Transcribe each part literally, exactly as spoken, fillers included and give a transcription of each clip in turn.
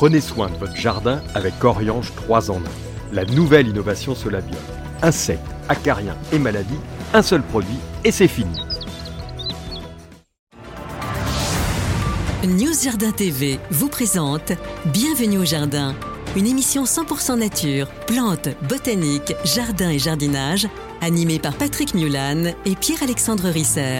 Prenez soin de votre jardin avec Oriange trois en un. La nouvelle innovation Solabium. Insectes, acariens et maladies, un seul produit et c'est fini. News Jardin T V vous présente Bienvenue au Jardin, une émission cent pour cent nature, plantes, botanique, jardin et jardinage, animée par Patrick Mulan et Pierre-Alexandre Risser.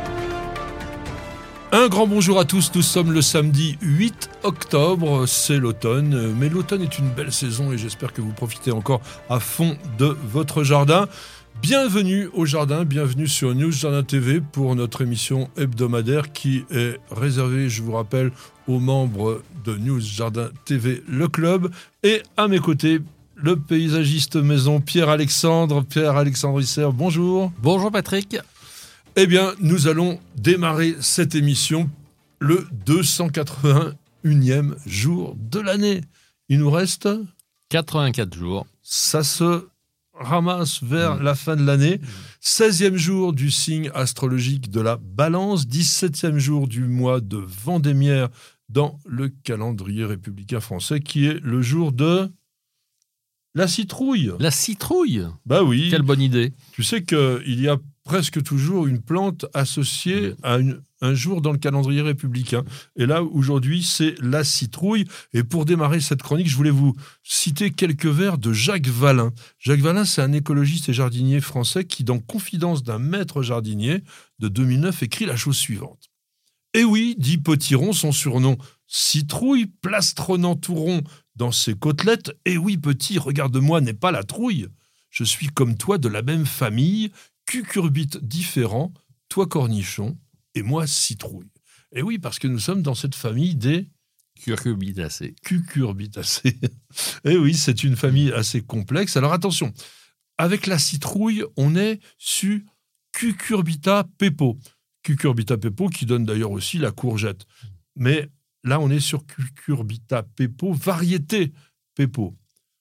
Un grand bonjour à tous, nous sommes le samedi huit octobre, c'est l'automne, mais l'automne est une belle saison et j'espère que vous profitez encore à fond de votre jardin. Bienvenue au jardin, bienvenue sur News Jardin T V pour notre émission hebdomadaire qui est réservée, je vous rappelle, aux membres de News Jardin T V, le club, et à mes côtés, le paysagiste maison Pierre-Alexandre, Pierre-Alexandre Risser, bonjour. Bonjour Patrick. Eh bien, nous allons démarrer cette émission le deux cent quatre-vingt-unième jour de l'année. Il nous reste quatre-vingt-quatre jours. Ça se ramasse vers mmh. la fin de l'année. seizième jour du signe astrologique de la Balance, dix-septième jour du mois de Vendémiaire dans le calendrier républicain français, qui est le jour de la citrouille. La citrouille ? Bah oui. Quelle bonne idée. Tu sais qu'il y a presque toujours une plante associée à une, un jour dans le calendrier républicain. Et là, aujourd'hui, c'est la citrouille. Et pour démarrer cette chronique, je voulais vous citer quelques vers de Jacques Vallin. Jacques Vallin, c'est un écologiste et jardinier français qui, dans Confidence d'un maître jardinier de deux mille neuf, écrit la chose suivante. « Eh oui, dit Potiron, son surnom, citrouille, plastronnant tout rond dans ses côtelettes. Eh oui, petit, regarde-moi, n'est pas la trouille. Je suis comme toi de la même famille, cucurbite différent, toi cornichon et moi citrouille. » Et oui, parce que nous sommes dans cette famille des cucurbitacées. Cucurbitacées. Et oui, c'est une famille assez complexe. Alors attention, avec la citrouille, on est sur Cucurbita pepo. Cucurbita pepo qui donne d'ailleurs aussi la courgette. Mais là, on est sur Cucurbita pepo, variété pepo.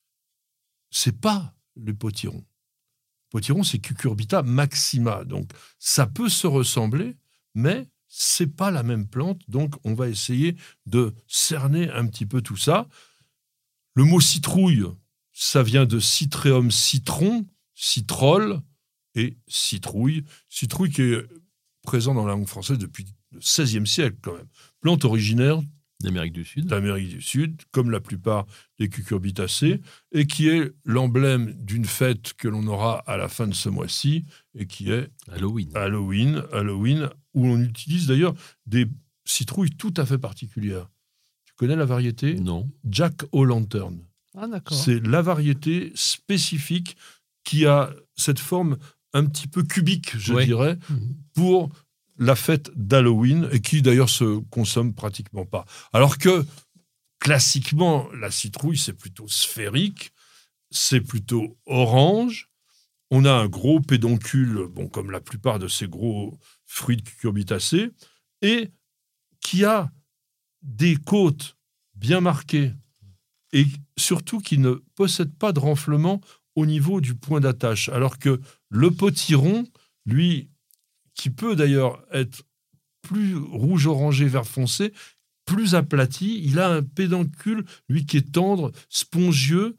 C'est pas le potiron. Potiron, c'est Cucurbita maxima. Donc, ça peut se ressembler, mais c'est pas la même plante. Donc, on va essayer de cerner un petit peu tout ça. Le mot citrouille, ça vient de citreum citron, citrole et citrouille. Citrouille qui est présent dans la langue française depuis le seizième siècle, quand même. Plante originaire d'Amérique du Sud. D'Amérique du Sud, comme la plupart des cucurbitacées, et qui est l'emblème d'une fête que l'on aura à la fin de ce mois-ci, et qui est Halloween. Halloween, Halloween, où on utilise d'ailleurs des citrouilles tout à fait particulières. Tu connais la variété ? Non. Jack-o'-lantern. Ah, d'accord. C'est la variété spécifique qui a cette forme un petit peu cubique, je oui. dirais, pour la fête d'Halloween, et qui d'ailleurs se consomme pratiquement pas. Alors que, classiquement, la citrouille, c'est plutôt sphérique, c'est plutôt orange, on a un gros pédoncule, bon, comme la plupart de ces gros fruits de cucurbitacées, et qui a des côtes bien marquées, et surtout qui ne possède pas de renflement au niveau du point d'attache, alors que le potiron, lui, qui peut d'ailleurs être plus rouge-orangé, vert foncé, plus aplati. Il a un pédoncule, lui, qui est tendre, spongieux,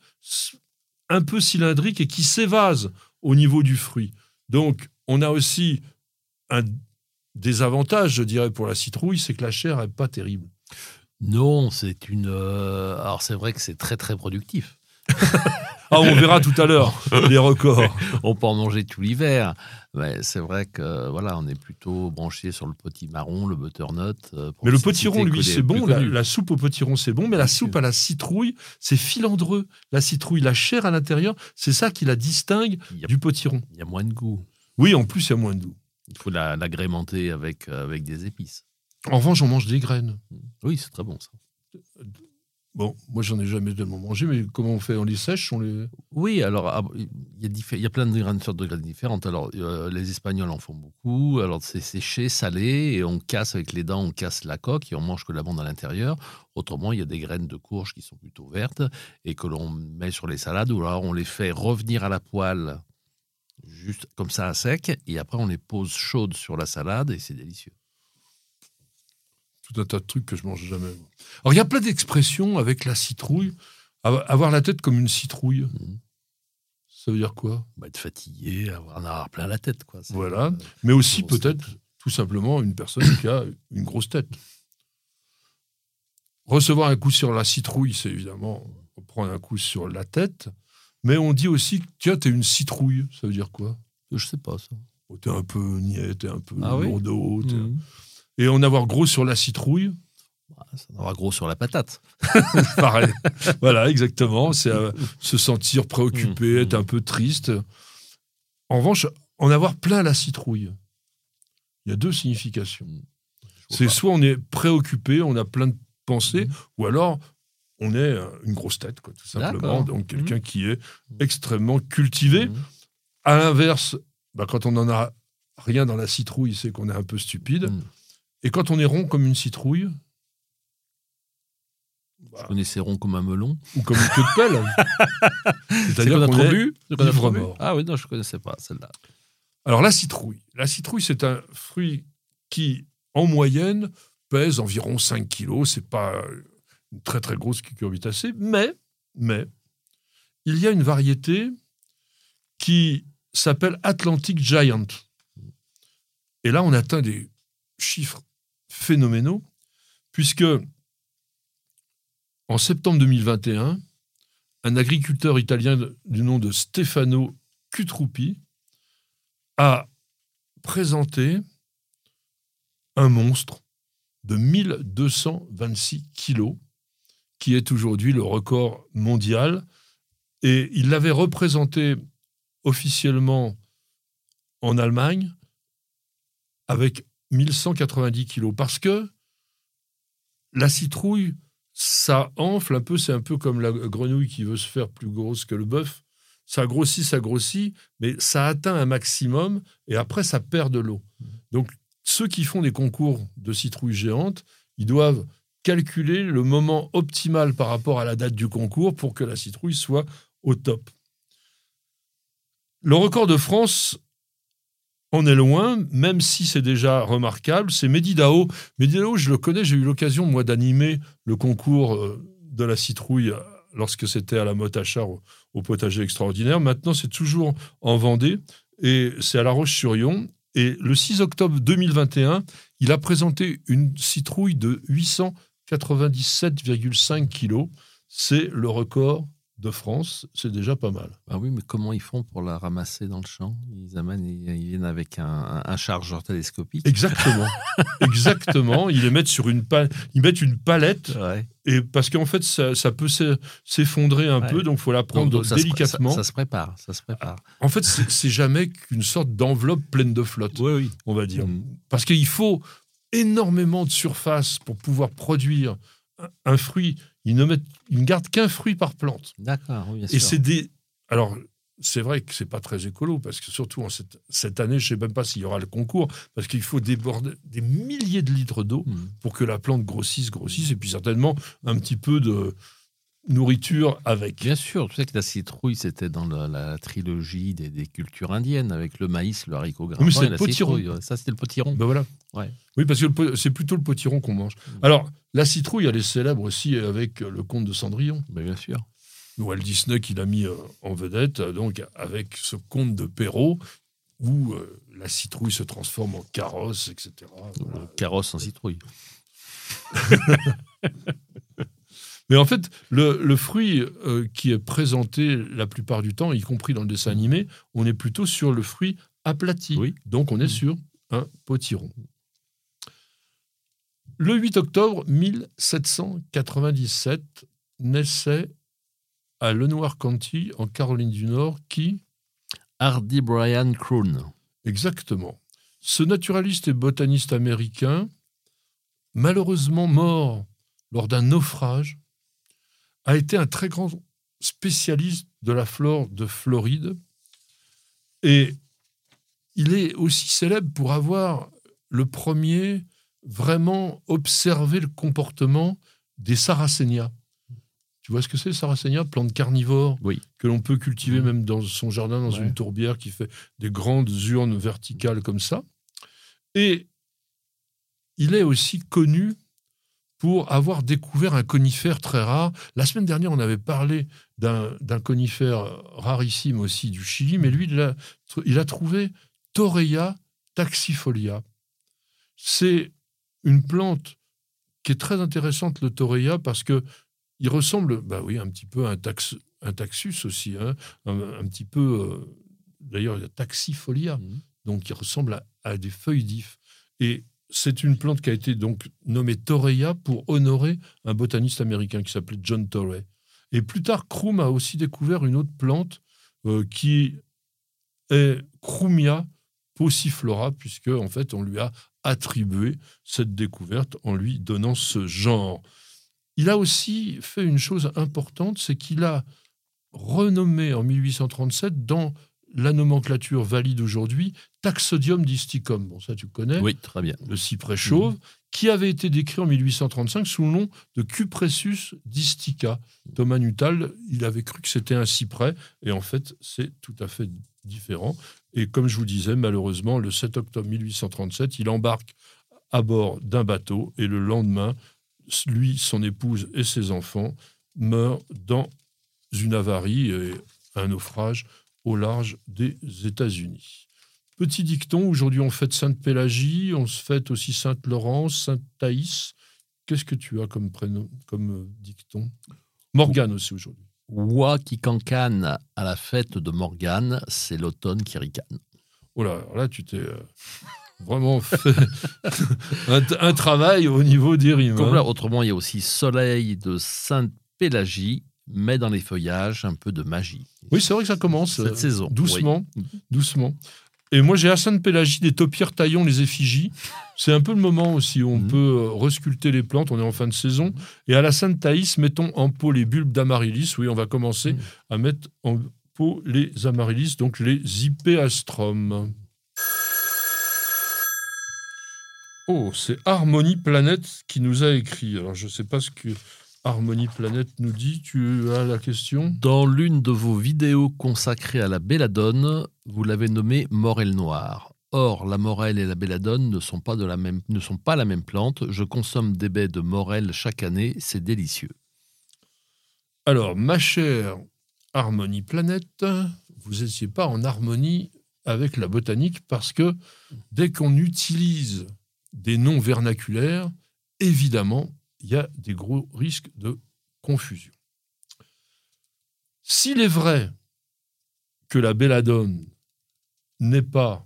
un peu cylindrique et qui s'évase au niveau du fruit. Donc, on a aussi un désavantage, je dirais, pour la citrouille, c'est que la chair n'est pas terrible. Non, c'est une... Euh... Alors, c'est vrai que c'est très, très productif. Ah, on verra tout à l'heure les records. On peut en manger tout l'hiver. Mais c'est vrai que voilà, on est plutôt branché sur le potimarron, le butternut. Mais le potiron, lui, c'est bon. La, la soupe au potiron, c'est bon. Mais la soupe à la citrouille, c'est filandreux. La citrouille, la chair à l'intérieur, c'est ça qui la distingue a, du potiron. Il y a moins de goût. Oui, en plus, il y a moins de goût. Il faut la, l'agrémenter avec, avec des épices. En revanche, on mange des graines. Oui, c'est très bon, ça. Bon, moi, j'en ai jamais tellement mangé, mais comment on fait ? On les sèche on les... Oui, alors, il y a, diffé- il y a plein de graines, sortes de graines différentes. Alors, euh, les Espagnols en font beaucoup. Alors, c'est séché, salé, et on casse avec les dents, on casse la coque, et on mange que la bande à l'intérieur. Autrement, il y a des graines de courge qui sont plutôt vertes, et que l'on met sur les salades, ou alors on les fait revenir à la poêle, juste comme ça à sec, et après, on les pose chaudes sur la salade, et c'est délicieux. tout un tas de trucs que je mange jamais. Alors, il y a plein d'expressions avec la citrouille. Avoir la tête comme une citrouille, mmh. ça veut dire quoi? Bah, être fatigué, avoir, en avoir plein la tête. Quoi. Voilà. Euh, Mais aussi peut-être, tête. tout simplement, une personne qui a une grosse tête. Recevoir un coup sur la citrouille, c'est évidemment prendre un coup sur la tête. Mais on dit aussi, tiens, t'es une citrouille. Ça veut dire quoi? Je sais pas, ça. Oh, t'es un peu niais, t'es un peu ah, lourdeau. oui mmh. Et en avoir gros sur la citrouille... Ça en aura gros sur la patate. Pareil. Voilà, exactement. C'est euh, se sentir préoccupé, mmh. être un peu triste. En revanche, en avoir plein la citrouille. Il y a deux significations. Mmh. C'est pas. Soit on est préoccupé, on a plein de pensées, mmh. ou alors on est une grosse tête, quoi, tout simplement. D'accord. Donc quelqu'un mmh. qui est extrêmement cultivé. Mmh. À l'inverse, bah, quand on n'en a rien dans la citrouille, c'est qu'on est un peu stupide. Mmh. Et quand on est rond comme une citrouille... Je connaissais rond comme un melon. Ou comme une queue de pelle. C'est-à-dire qu'on, qu'on a bu ivre-mort. Ah oui, non, je ne connaissais pas celle-là. Alors la citrouille. La citrouille, c'est un fruit qui, en moyenne, pèse environ cinq kilos. Ce n'est pas une très très grosse cucurbitacée. Mais, mais, il y a une variété qui s'appelle Atlantic Giant. Et là, on atteint des chiffres phénoménaux, puisque en septembre deux mille vingt et un, un agriculteur italien du nom de Stefano Cutruppi a présenté un monstre de mille deux cent vingt-six kilos, qui est aujourd'hui le record mondial. Et il l'avait représenté officiellement en Allemagne avec mille cent quatre-vingt-dix kilos. Parce que la citrouille, ça enfle un peu, c'est un peu comme la grenouille qui veut se faire plus grosse que le bœuf. Ça grossit, ça grossit, mais ça atteint un maximum et après, ça perd de l'eau. Donc, ceux qui font des concours de citrouilles géantes, ils doivent calculer le moment optimal par rapport à la date du concours pour que la citrouille soit au top. Le record de France en est loin, même si c'est déjà remarquable, c'est Mehdi Dao. Mehdi Dao, je le connais, j'ai eu l'occasion, moi, d'animer le concours de la citrouille lorsque c'était à la Motte à Char, au, au potager extraordinaire. Maintenant, c'est toujours en Vendée, et c'est à La Roche-sur-Yon. Et le six octobre deux mille vingt et un, il a présenté une citrouille de huit cent quatre-vingt-dix-sept virgule cinq kilos. C'est le record de France, c'est déjà pas mal. Ah oui, mais comment ils font pour la ramasser dans le champ? Ils amènent, ils viennent avec un, un chargeur télescopique. Exactement, exactement. Ils les mettent sur une pa- ils mettent une palette, ouais. Et parce qu'en fait ça, ça peut s'effondrer un ouais. peu, donc il faut la prendre donc, donc, délicatement. Ça, ça, ça se prépare, ça se prépare. En fait, c'est, c'est jamais qu'une sorte d'enveloppe pleine de flotte, oui, oui. on va dire, mmh. parce qu'il faut énormément de surface pour pouvoir produire un, un fruit. Ils ne, mettent, ils ne gardent qu'un fruit par plante. D'accord, oui, bien Et sûr. c'est des... Alors, c'est vrai que ce n'est pas très écolo, parce que surtout en cette, cette année, je ne sais même pas s'il y aura le concours, parce qu'il faut déborder des milliers de litres d'eau mmh. pour que la plante grossisse, grossisse, et puis certainement un petit peu de nourriture avec. Bien sûr, tu sais que la citrouille, c'était dans la, la trilogie des, des cultures indiennes, avec le maïs, le haricot grimpant oui, c'est et le la potiron. citrouille. Ça, c'était le potiron. Ben voilà. Ouais. Oui, parce que le, c'est plutôt le potiron qu'on mange. Mmh. Alors, la citrouille, elle est célèbre aussi avec le conte de Cendrillon. Ben bien sûr. Walt Disney qui l'a mis en vedette, donc avec ce conte de Perrault, où euh, la citrouille se transforme en carrosse, et cetera. Voilà. Carrosse en citrouille. Mais en fait, le, le fruit euh, qui est présenté la plupart du temps, y compris dans le dessin animé, on est plutôt sur le fruit aplati. Oui. Donc on est sur un potiron. Le huit octobre mille sept cent quatre-vingt-dix-sept, naissait à Lenoir County, en Caroline du Nord, qui... Hardy Brian Kroon. Exactement. Ce naturaliste et botaniste américain, malheureusement mort lors d'un naufrage, a été un très grand spécialiste de la flore de Floride. Et il est aussi célèbre pour avoir le premier vraiment observé le comportement des sarracénias. Tu vois ce que c'est, sarracénia, plante carnivore, oui. que l'on peut cultiver mmh. même dans son jardin, dans ouais. une tourbière qui fait des grandes urnes verticales comme ça. Et il est aussi connu pour avoir découvert un conifère très rare. La semaine dernière, on avait parlé d'un, d'un conifère rarissime aussi du Chili, mais lui, il a, il a trouvé Torreya taxifolia. C'est une plante qui est très intéressante, le Torreya, parce que il ressemble, bah oui, un petit peu à un, tax, un taxus aussi, hein, un, un petit peu, euh, d'ailleurs, il y a taxifolia, mmh. donc il ressemble à, à des feuilles d'if. Et c'est une plante qui a été donc nommée Torreya pour honorer un botaniste américain qui s'appelait John Torrey. Et plus tard, Croom a aussi découvert une autre plante euh, qui est Chrumia pauciflora, puisque en fait, on lui a attribué cette découverte en lui donnant ce genre. Il a aussi fait une chose importante, c'est qu'il a renommé en mille huit cent trente-sept, dans la nomenclature valide aujourd'hui, Taxodium disticum. Bon, ça tu connais. Oui, très bien. Le cyprès chauve, mmh. qui avait été décrit en mille huit cent trente-cinq sous le nom de Cupressus distica. Thomas Nuttall, il avait cru que c'était un cyprès, et en fait, c'est tout à fait différent. Et comme je vous disais, malheureusement, le sept octobre mille huit cent trente-sept, il embarque à bord d'un bateau, et le lendemain, lui, son épouse et ses enfants meurent dans une avarie et un naufrage au large des États-Unis. Petit dicton, aujourd'hui on fête Sainte-Pélagie, on se fête aussi Sainte-Laurence, Sainte-Thaïs. Qu'est-ce que tu as comme prénom, comme euh, dicton? Morgane aussi aujourd'hui. Oie qui cancane à la fête de Morgane, c'est l'automne qui ricane. Oh là, alors là tu t'es euh, vraiment fait un, un travail au niveau des rimes. Comme hein. là, autrement, il y a aussi soleil de Sainte-Pélagie, mais dans les feuillages, un peu de magie. Oui, c'est vrai que ça commence cette euh, saison. Doucement, oui. doucement. Et moi, j'ai à Sainte-Pélagie des taupières taillons, les effigies. C'est un peu le moment aussi où on mmh. peut euh, resculpter les plantes. On est en fin de saison. Et à la Sainte-Thaïs, mettons en pot les bulbes d'amaryllis. Oui, on va commencer mmh. à mettre en pot les amaryllis, donc les hypeastrum. Oh, c'est Harmonie Planète qui nous a écrit. Alors, je ne sais pas ce que Harmonie Planète nous dit. Tu as la question ? Dans l'une de vos vidéos consacrées à la belladone, vous l'avez nommée morelle noire. Or, la morelle et la belladone ne sont pas, de la même, ne sont pas la même plante. Je consomme des baies de morelle chaque année. C'est délicieux. Alors, ma chère Harmonie Planète, vous n'étiez pas en harmonie avec la botanique parce que dès qu'on utilise des noms vernaculaires, évidemment, il y a des gros risques de confusion. S'il est vrai que la belladone n'est pas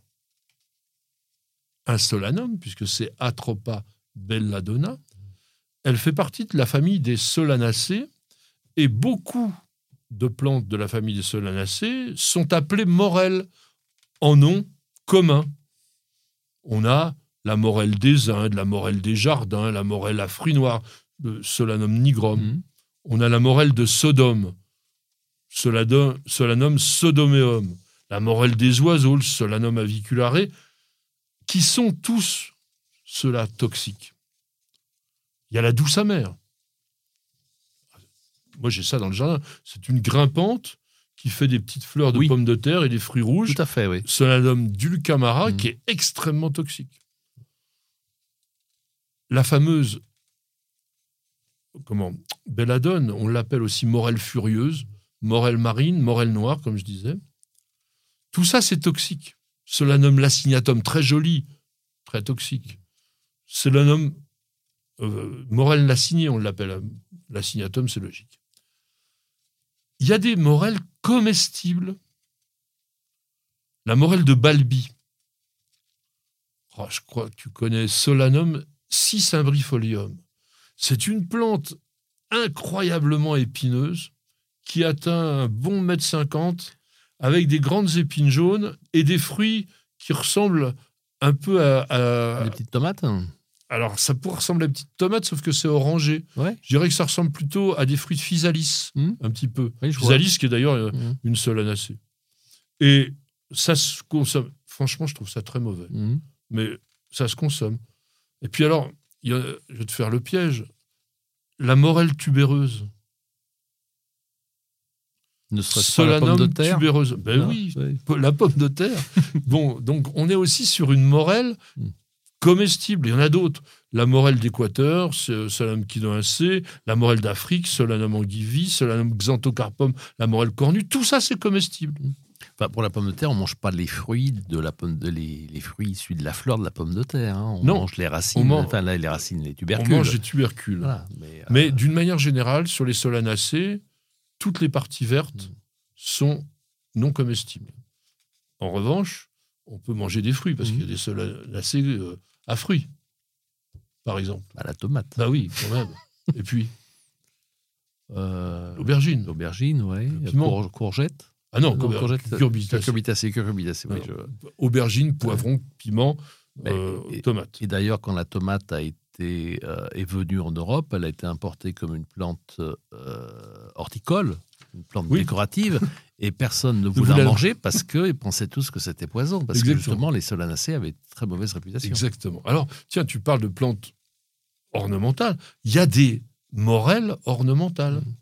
un solanum, puisque c'est Atropa belladonna, elle fait partie de la famille des solanacées, et beaucoup de plantes de la famille des solanacées sont appelées morelles en nom commun. On a la morelle des Indes, la morelle des jardins, la morelle à fruits noirs, le Solanum nigrum. Mmh. On a la morelle de Sodome, Soladum, Solanum sodomeum, la morelle des oiseaux, le Solanum aviculare, qui sont tous, ceux-là, toxiques. Il y a la douce amère. Moi, j'ai ça dans le jardin. C'est une grimpante qui fait des petites fleurs de oui. pommes de terre et des fruits rouges. Tout à fait, oui. Solanum dulcamara, mmh. qui est extrêmement toxique. La fameuse comment, belladone, on l'appelle aussi morelle furieuse, morelle marine, morelle noire, comme je disais. Tout ça, c'est toxique. Solanum laciniatum, très joli, très toxique. Solanum euh, morelle lacinée, on l'appelle. Laciniatum, c'est logique. Il y a des morelles comestibles. La morelle de Balbi. Oh, je crois que tu connais Solanum cicimbrifolium. C'est une plante incroyablement épineuse qui atteint un bon mètre cinquante avec des grandes épines jaunes et des fruits qui ressemblent un peu à... à... Des petites tomates. Alors, ça pourrait ressembler à des petites tomates, sauf que c'est orangé. Ouais. Je dirais que ça ressemble plutôt à des fruits de physalis, mmh. un petit peu. Oui, physalis, qui est d'ailleurs mmh. une solanacée. Et ça se consomme. Franchement, je trouve ça très mauvais. Mmh. Mais ça se consomme. Et puis alors, il y a, je vais te faire le piège, la morelle tubéreuse. Ne serait-ce pas la pomme de terre tubéreuse. Ben non, oui, oui, la pomme de terre. Bon, donc on est aussi sur une morelle comestible. Il y en a d'autres. la morelle d'Équateur, Solanum quinoaceae, la morelle d'Afrique, Solanum anguivis, Solanum xanthocarpum, la morelle cornue, tout ça c'est comestible. Enfin, pour la pomme de terre, on ne mange pas les fruits de la pomme de les, les fruits issus de la fleur de la pomme de terre. Hein. On non, mange les racines, on mange, enfin là, les racines, les tubercules. On mange les tubercules. Voilà, mais, euh... mais d'une manière générale, sur les solanacées, toutes les parties vertes mmh. sont non comestibles. En revanche, on peut manger des fruits parce mmh. qu'il y a des solanacées euh, à fruits, par exemple. À la tomate. Bah oui, quand même. Et puis euh, l'aubergine. L'aubergine, oui. Cour- courgette. Ah non, non courgette. Cucurbitacée. Cucurbitacée, cucurbitacée, oui. Je... Aubergine, poivron, piment, euh, et, tomate. Et d'ailleurs, quand la tomate a été, euh, est venue en Europe, elle a été importée comme une plante euh, horticole, une plante oui. décorative, et personne ne voulait en manger parce qu'ils pensaient tous que c'était poison, parce Exactement. que justement, les solanacées avaient très mauvaise réputation. Exactement. Alors, tiens, tu parles de plantes ornementales. Il y a des morelles ornementales. Mmh.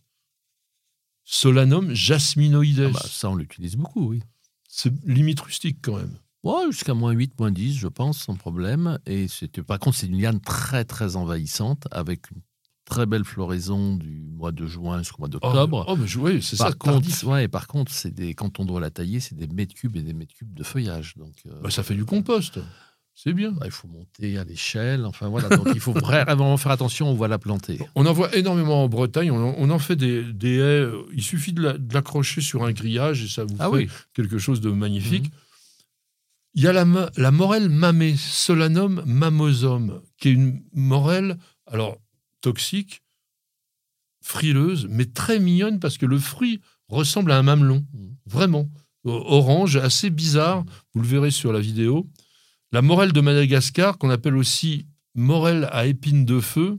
Solanum jasminoides. Ah bah, ça, on l'utilise beaucoup, oui. C'est limite rustique, quand même. Ouais, jusqu'à moins huit, moins dix, je pense, sans problème. Et c'était, par contre, c'est une liane très, très envahissante, avec une très belle floraison du mois de juin jusqu'au mois d'octobre. Oh, oh mais oui, c'est par ça, contre, tardif. Ouais, par contre, c'est des, quand on doit la tailler, c'est des mètres cubes et des mètres cubes de feuillage. Donc, euh, bah, ça fait du compost. C'est bien. Bah, il faut monter à l'échelle. Enfin, voilà. Donc, il faut vraiment faire attention, on va la planter. On en voit énormément en Bretagne. On en, on en fait des, des haies. Il suffit de, la, de l'accrocher sur un grillage et ça vous ah, fait oui. quelque chose de magnifique. Mmh. Il y a la, la morelle mamée, Solanum mammosum, qui est une morelle, alors, toxique, frileuse, mais très mignonne parce que le fruit ressemble à un mamelon. Mmh. Vraiment. Orange, assez bizarre. Vous le verrez sur la vidéo. La morelle de Madagascar, qu'on appelle aussi morelle à épines de feu,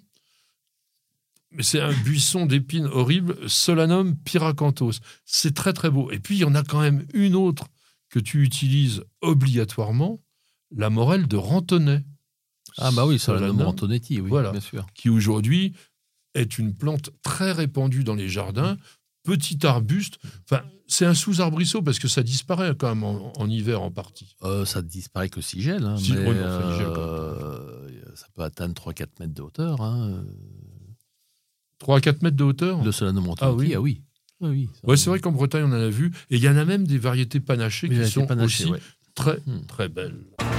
mais c'est un buisson d'épines horrible, Solanum pyracanthos. C'est très très beau. Et puis il y en a quand même une autre que tu utilises obligatoirement, la morelle de Rantonnet. Ah bah oui, Solanum rantonetti, oui, voilà, bien sûr. Qui aujourd'hui est une plante très répandue dans les jardins, petit arbuste. Enfin, c'est un sous-arbrisseau parce que ça disparaît quand même en, en hiver en partie. Euh, ça disparaît que s'il gèle. Hein, si, mais ouais, non, enfin, gèle, euh, ça peut atteindre trois à quatre mètres de hauteur. Hein. trois à quatre mètres de hauteur Le Solanum rantonetti, ah oui. Ah oui. oui ouais, c'est vrai qu'en Bretagne, on en a vu. Et il y en a même des variétés panachées qui sont panachées, aussi ouais. très, hmm. très belles.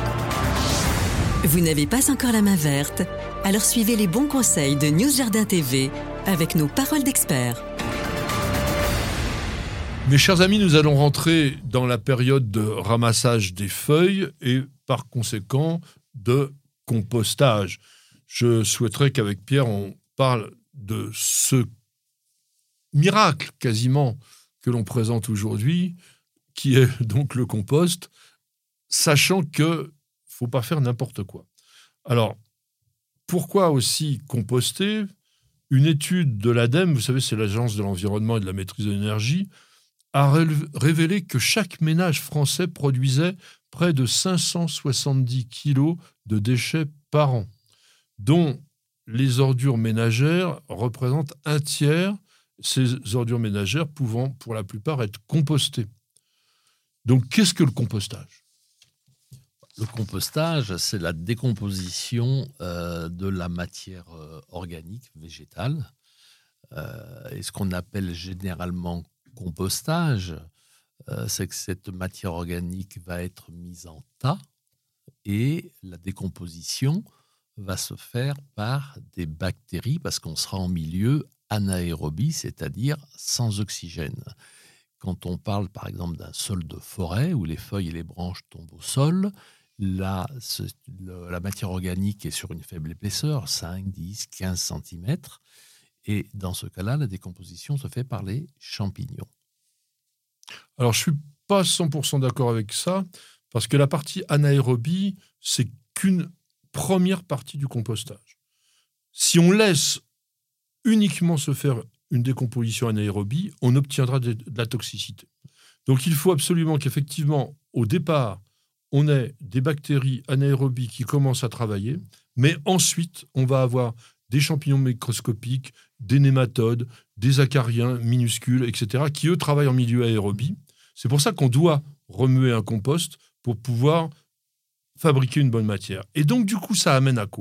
Vous n'avez pas encore la main verte? Alors suivez les bons conseils de News Jardin T V avec nos paroles d'experts. Mes chers amis, nous allons rentrer dans la période de ramassage des feuilles et par conséquent de compostage. Je souhaiterais qu'avec Pierre, on parle de ce miracle quasiment que l'on présente aujourd'hui, qui est donc le compost, sachant qu'il ne faut pas faire n'importe quoi. Alors, pourquoi aussi composter ? Une étude de l'ADEME, vous savez, c'est l'Agence de l'environnement et de la maîtrise de l'énergie, a révélé que chaque ménage français produisait près de cinq cent soixante-dix kilos de déchets par an, dont les ordures ménagères représentent un tiers, ces ordures ménagères pouvant pour la plupart être compostées. Donc, qu'est-ce que le compostage ? Le compostage, c'est la décomposition euh, de la matière euh, organique végétale, euh, et ce qu'on appelle généralement compostage, euh, c'est que cette matière organique va être mise en tas et la décomposition va se faire par des bactéries parce qu'on sera en milieu anaérobie, c'est-à-dire sans oxygène. Quand on parle par exemple d'un sol de forêt où les feuilles et les branches tombent au sol, là, ce, le, la matière organique est sur une faible épaisseur, cinq, dix, quinze centimètres. Et dans ce cas-là, la décomposition se fait par les champignons. Alors, je ne suis pas cent pour cent d'accord avec ça, parce que la partie anaérobie, c'est qu'une première partie du compostage. Si on laisse uniquement se faire une décomposition anaérobie, on obtiendra de, de la toxicité. Donc, il faut absolument qu'effectivement, au départ, on ait des bactéries anaérobies qui commencent à travailler, mais ensuite, on va avoir des champignons microscopiques, des nématodes, des acariens minuscules, et cetera, qui, eux, travaillent en milieu aérobie. C'est pour ça qu'on doit remuer un compost pour pouvoir fabriquer une bonne matière. Et donc, du coup, ça amène à quoi ?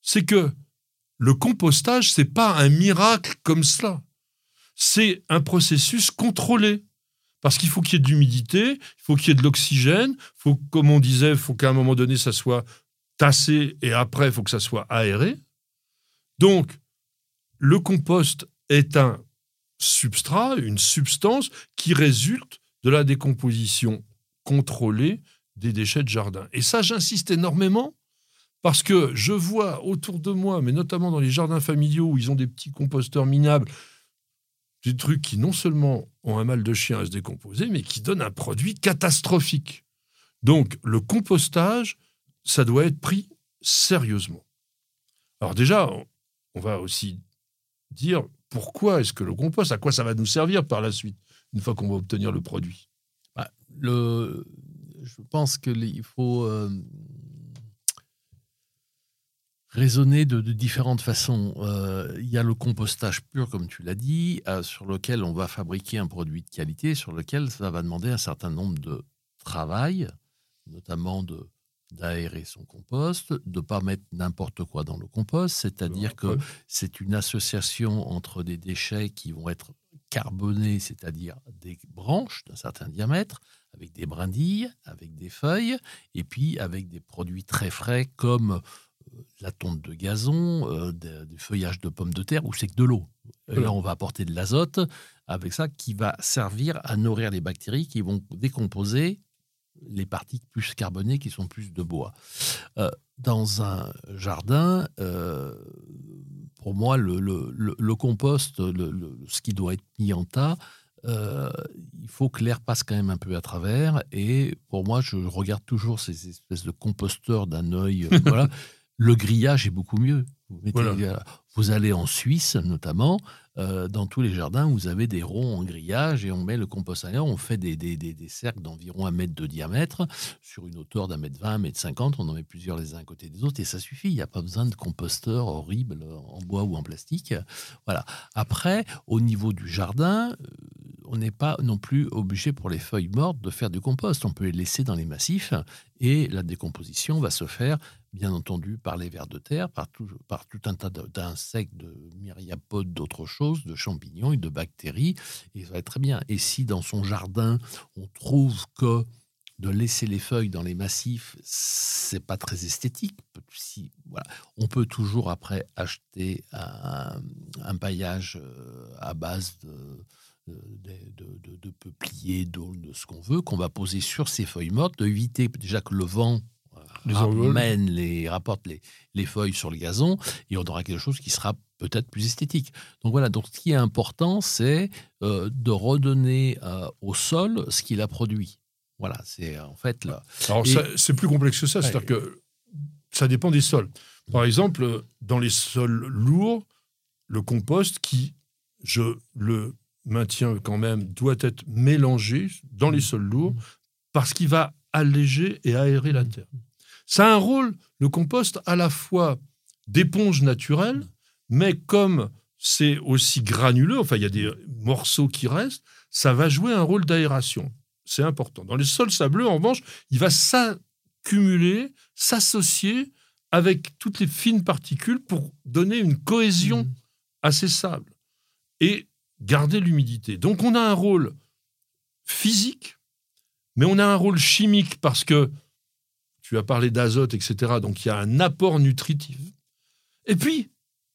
c'est que le compostage, c'est pas un miracle comme cela. C'est un processus contrôlé. Parce qu'il faut qu'il y ait de l'humidité, il faut qu'il y ait de l'oxygène, faut, comme on disait, il faut qu'à un moment donné, ça soit tassé et après, il faut que ça soit aéré. Donc, le compost est un substrat, une substance qui résulte de la décomposition contrôlée des déchets de jardin. Et ça, j'insiste énormément parce que je vois autour de moi, mais notamment dans les jardins familiaux où ils ont des petits composteurs minables, des trucs qui non seulement ont un mal de chien à se décomposer, mais qui donnent un produit catastrophique. Donc, le compostage, ça doit être pris sérieusement. Alors déjà, on va aussi dire pourquoi est-ce que le compost, à quoi ça va nous servir par la suite, une fois qu'on va obtenir le produit. Bah, le, je pense qu'il faut euh, raisonner de, de différentes façons. Euh, il y a le compostage pur, comme tu l'as dit, euh, sur lequel on va fabriquer un produit de qualité, sur lequel ça va demander un certain nombre de travail, notamment de d'aérer son compost, de ne pas mettre n'importe quoi dans le compost, c'est-à-dire que c'est une association entre des déchets qui vont être carbonés, c'est-à-dire des branches d'un certain diamètre, avec des brindilles, avec des feuilles, et puis avec des produits très frais comme la tonte de gazon, euh, des, des feuillages de pommes de terre, ou c'est que de l'eau. Et là, on va apporter de l'azote avec ça qui va servir à nourrir les bactéries qui vont décomposer les parties plus carbonées qui sont plus de bois. Euh, dans un jardin, euh, pour moi, le, le, le, le compost, le, le, ce qui doit être mis en tas, euh, il faut que l'air passe quand même un peu à travers. Et pour moi, je regarde toujours ces espèces de composteurs d'un œil. Euh, voilà. Le grillage est beaucoup mieux. Vous, mettez, voilà. Vous allez en Suisse, notamment, euh, dans tous les jardins, vous avez des ronds en grillage et on met le compost à l'air. On fait des, des, des, des cercles d'environ un mètre de diamètre sur une hauteur d'un mètre vingt, un mètre cinquante. On en met plusieurs les uns à côté des autres et ça suffit. Il n'y a pas besoin de composteurs horribles en bois ou en plastique. Voilà. Après, au niveau du jardin, on n'est pas non plus obligé pour les feuilles mortes de faire du compost. On peut les laisser dans les massifs et la décomposition va se faire bien entendu par les vers de terre, par tout, par tout un tas d'insectes, de myriapodes, d'autres choses, de champignons et de bactéries, et ça va être très bien. Et si dans son jardin, on trouve que de laisser les feuilles dans les massifs, c'est pas très esthétique, si, voilà, on peut toujours après acheter un, un paillage à base de... De, de, de, de peupliers, d'aunes, de ce qu'on veut, qu'on va poser sur ces feuilles mortes, d'éviter déjà que le vent les ramène, les, rapporte les, les feuilles sur le gazon, et on aura quelque chose qui sera peut-être plus esthétique. Donc voilà, donc ce qui est important, c'est euh, de redonner euh, au sol ce qu'il a produit. Voilà, c'est en fait là. Alors et... ça, c'est plus complexe que ça, ouais, c'est-à-dire que ça dépend des sols. Par exemple, dans les sols lourds, le compost qui, je le maintient quand même, doit être mélangé dans les sols lourds parce qu'il va alléger et aérer la terre. Ça a un rôle, le compost, à la fois d'éponge naturelle, mais comme c'est aussi granuleux, enfin il y a des morceaux qui restent, ça va jouer un rôle d'aération. C'est important. Dans les sols sableux, en revanche, il va s'accumuler, s'associer avec toutes les fines particules pour donner une cohésion mmh. à ces sables et garder l'humidité. Donc on a un rôle physique, mais on a un rôle chimique parce que tu as parlé d'azote, et cetera. Donc il y a un apport nutritif. Et puis,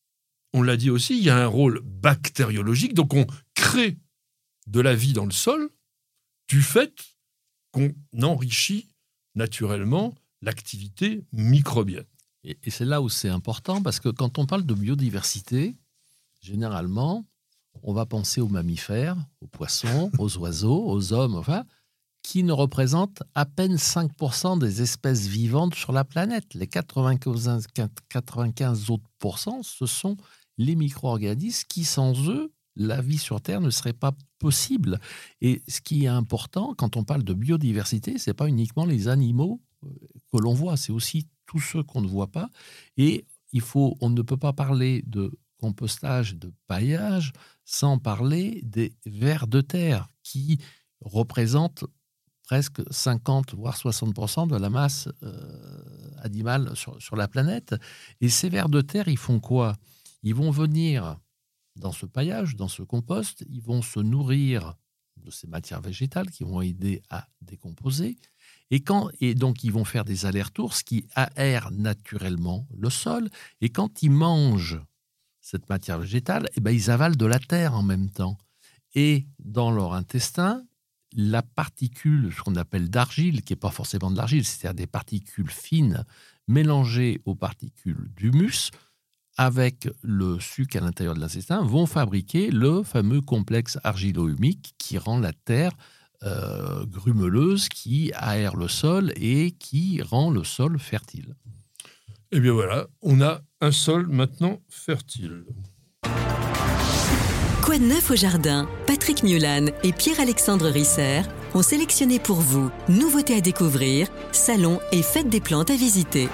on l'a dit aussi, il y a un rôle bactériologique. Donc on crée de la vie dans le sol du fait qu'on enrichit naturellement l'activité microbienne. Et, et c'est là où c'est important, parce que quand on parle de biodiversité, généralement, on va penser aux mammifères, aux poissons, aux oiseaux, aux hommes, enfin, qui ne représentent à peine cinq pour cent des espèces vivantes sur la planète. Les quatre-vingt-quinze, quatre-vingt-quinze autres pourcents, ce sont les micro-organismes qui, sans eux, la vie sur Terre ne serait pas possible. Et ce qui est important, quand on parle de biodiversité, ce n'est pas uniquement les animaux que l'on voit, c'est aussi tous ceux qu'on ne voit pas. Et il faut, on ne peut pas parler de compostage, de paillage, sans parler des vers de terre qui représentent presque cinquante voire soixante pour cent de la masse euh, animale sur, sur la planète. Et ces vers de terre, ils font quoi? Ils vont venir dans ce paillage, dans ce compost, ils vont se nourrir de ces matières végétales qui vont aider à décomposer. Et, quand, et donc, ils vont faire des allers-retours, ce qui aère naturellement le sol. Et quand ils mangent cette matière végétale, eh ben, ils avalent de la terre en même temps. Et dans leur intestin, la particule, ce qu'on appelle d'argile, qui n'est pas forcément de l'argile, c'est-à-dire des particules fines mélangées aux particules d'humus, avec le suc à l'intérieur de l'intestin, vont fabriquer le fameux complexe argilo-humique qui rend la terre euh, grumeleuse, qui aère le sol et qui rend le sol fertile. Eh bien voilà, on a un sol maintenant fertile. Quoi de neuf au jardin? Patrick Mulan et Pierre-Alexandre Risser ont sélectionné pour vous nouveautés à découvrir, salons et fêtes des plantes à visiter.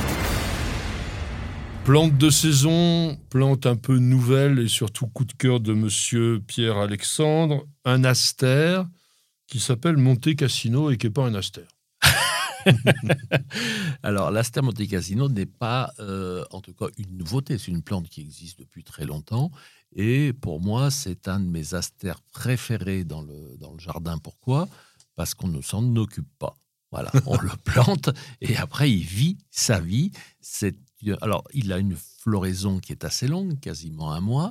Plante de saison, plante un peu nouvelle et surtout coup de cœur de monsieur Pierre-Alexandre, un astère qui s'appelle Monte Cassino et qui n'est pas un astère. Alors, l'astère Monte Cassino n'est pas, euh, en tout cas, une nouveauté. C'est une plante qui existe depuis très longtemps. Et pour moi, c'est un de mes astères préférés dans le, dans le jardin. Pourquoi? Parce qu'on ne s'en occupe pas. Voilà, on le plante et après, il vit sa vie. C'est, alors, il a une floraison qui est assez longue, quasiment un mois.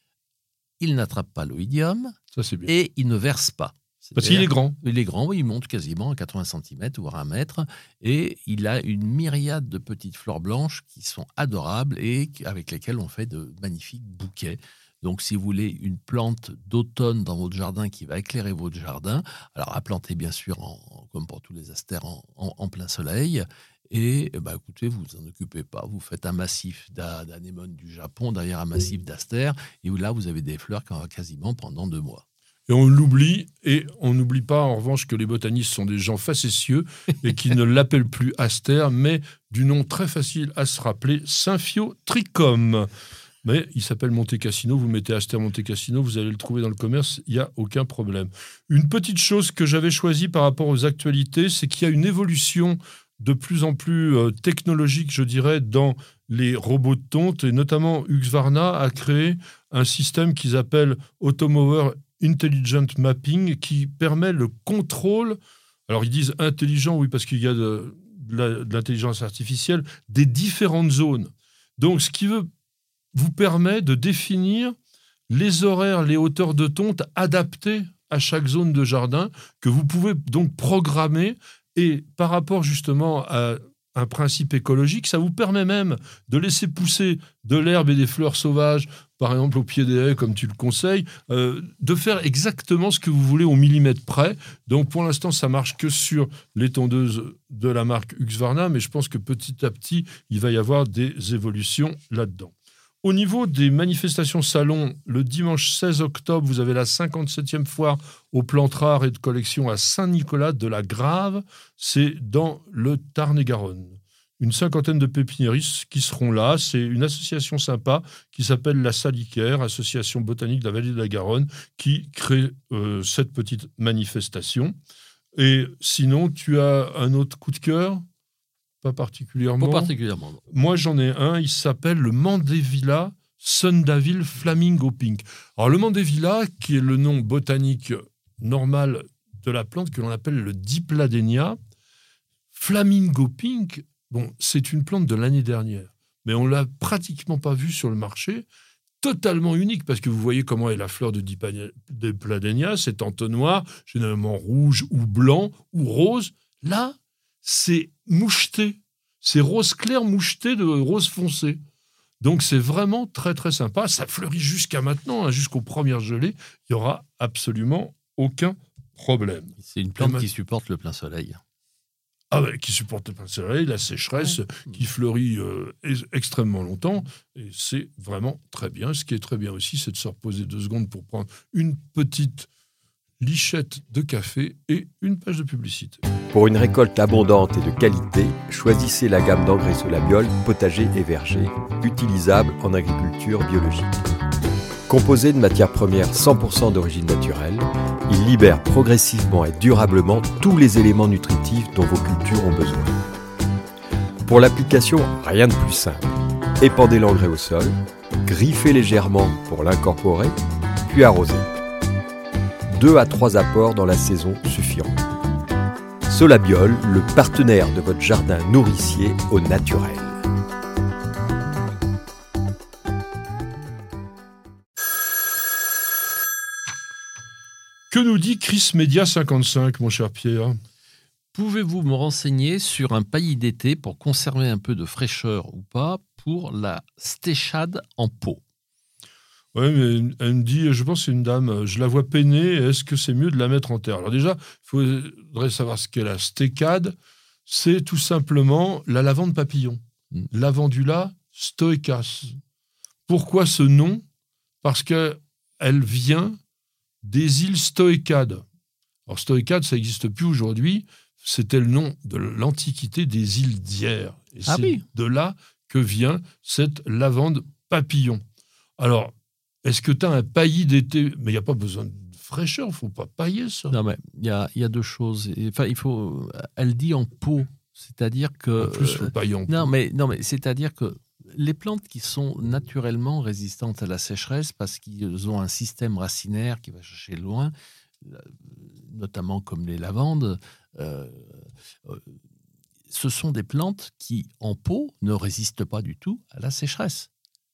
Il n'attrape pas l'oïdium. Ça, c'est bien. Et il ne verse pas. Parce qu'il est grand. Il est grand, oui, il monte quasiment à quatre-vingts centimètres, voire un mètre. Et il a une myriade de petites fleurs blanches qui sont adorables et avec lesquelles on fait de magnifiques bouquets. Donc, si vous voulez une plante d'automne dans votre jardin qui va éclairer votre jardin, alors à planter bien sûr, en, comme pour tous les astères, en, en, en plein soleil. Et bah, écoutez, vous vous en occupez pas. Vous faites un massif d'anémones du Japon, derrière un massif d'astères, et là, vous avez des fleurs quasiment pendant deux mois. Et on l'oublie, et on n'oublie pas en revanche que les botanistes sont des gens facétieux et qui ne l'appellent plus astère, mais du nom très facile à se rappeler, Symphyotrichum. Mais il s'appelle Monte Cassino, vous mettez astère Monte Cassino, vous allez le trouver dans le commerce, il n'y a aucun problème. Une petite chose que j'avais choisie par rapport aux actualités, c'est qu'il y a une évolution de plus en plus euh, technologique, je dirais, dans les robots de tonte, et notamment Husqvarna a créé un système qu'ils appellent Automower Intelligent Mapping, qui permet le contrôle, alors ils disent intelligent, oui, parce qu'il y a de, de, la, de l'intelligence artificielle, des différentes zones. Donc, ce qui veut, vous permet de définir les horaires, les hauteurs de tonte adaptées à chaque zone de jardin, que vous pouvez donc programmer, et par rapport justement à un principe écologique, ça vous permet même de laisser pousser de l'herbe et des fleurs sauvages, par exemple au pied des haies, comme tu le conseilles, euh, de faire exactement ce que vous voulez au millimètre près. Donc pour l'instant, ça marche que sur les tondeuses de la marque Husqvarna, mais je pense que petit à petit, il va y avoir des évolutions là-dedans. Au niveau des manifestations salon, le dimanche seize octobre, vous avez la cinquante-septième foire aux plantes rares et de collection à Saint-Nicolas de la Grave. C'est dans le Tarn-et-Garonne. Une cinquantaine de pépiniéristes qui seront là. C'est une association sympa qui s'appelle la Salicaire, association botanique de la vallée de la Garonne, qui crée euh, cette petite manifestation. Et sinon, tu as un autre coup de cœur ? Pas particulièrement. Pas particulièrement. Moi, j'en ai un. Il s'appelle le Mandevilla Sundaville Flamingo Pink. Alors, le Mandevilla, qui est le nom botanique normal de la plante que l'on appelle le Dipladenia, Flamingo Pink, bon, c'est une plante de l'année dernière, mais on l'a pratiquement pas vue sur le marché. Totalement unique, parce que vous voyez comment est la fleur de Dipladenia, cet entonnoir, généralement rouge ou blanc ou rose. Là, c'est moucheté. C'est rose clair moucheté de rose foncé. Donc, c'est vraiment très, très sympa. Ça fleurit jusqu'à maintenant, hein, jusqu'aux premières gelées. Il n'y aura absolument aucun problème. C'est une plante ma... qui supporte le plein soleil. Ah ouais, qui supporte le plein soleil, la sécheresse, ouais. Qui fleurit euh, extrêmement longtemps. Et c'est vraiment très bien. Ce qui est très bien aussi, c'est de se reposer deux secondes pour prendre une petite lichette de café et une page de publicité. Pour une récolte abondante et de qualité, choisissez la gamme d'engrais Solabiol, potager et verger, utilisable en agriculture biologique. Composée de matières premières cent pour cent d'origine naturelle, Il libère progressivement et durablement tous les éléments nutritifs dont vos cultures ont besoin. Pour l'application, rien de plus simple. Épandez l'engrais au sol, griffez légèrement pour l'incorporer, puis arrosez. Deux à trois apports dans la saison suffiront. Solabiol, le partenaire de votre jardin nourricier au naturel. Que nous dit Chris Media cinquante-cinq, mon cher Pierre ? Pouvez-vous me renseigner sur un paillis d'été pour conserver un peu de fraîcheur ou pas pour la stéchade en pot ? Oui, mais elle me dit, je pense que c'est une dame, je la vois peiner, est-ce que c'est mieux de la mettre en terre ? Alors déjà, il faudrait savoir ce qu'est la stécade. C'est tout simplement la lavande papillon. Mm. Lavandula stoecas. Pourquoi ce nom ? Parce qu'elle vient des îles Stoïcades. Alors Stoïcades, ça n'existe plus aujourd'hui. C'était le nom de l'Antiquité des îles d'hier. Et ah c'est oui. de là que vient cette lavande papillon. Alors, est-ce que tu as un paillis d'été ? Mais il n'y a pas besoin de fraîcheur, il ne faut pas pailler ça. Non, mais il y a, y a deux choses. Enfin, il faut, elle dit en pot, c'est-à-dire que... En plus, il faut pailler en pot. Non, mais, non, mais c'est-à-dire que les plantes qui sont naturellement résistantes à la sécheresse parce qu'ils ont un système racinaire qui va chercher loin, notamment comme les lavandes, euh, euh, ce sont des plantes qui, en pot, ne résistent pas du tout à la sécheresse.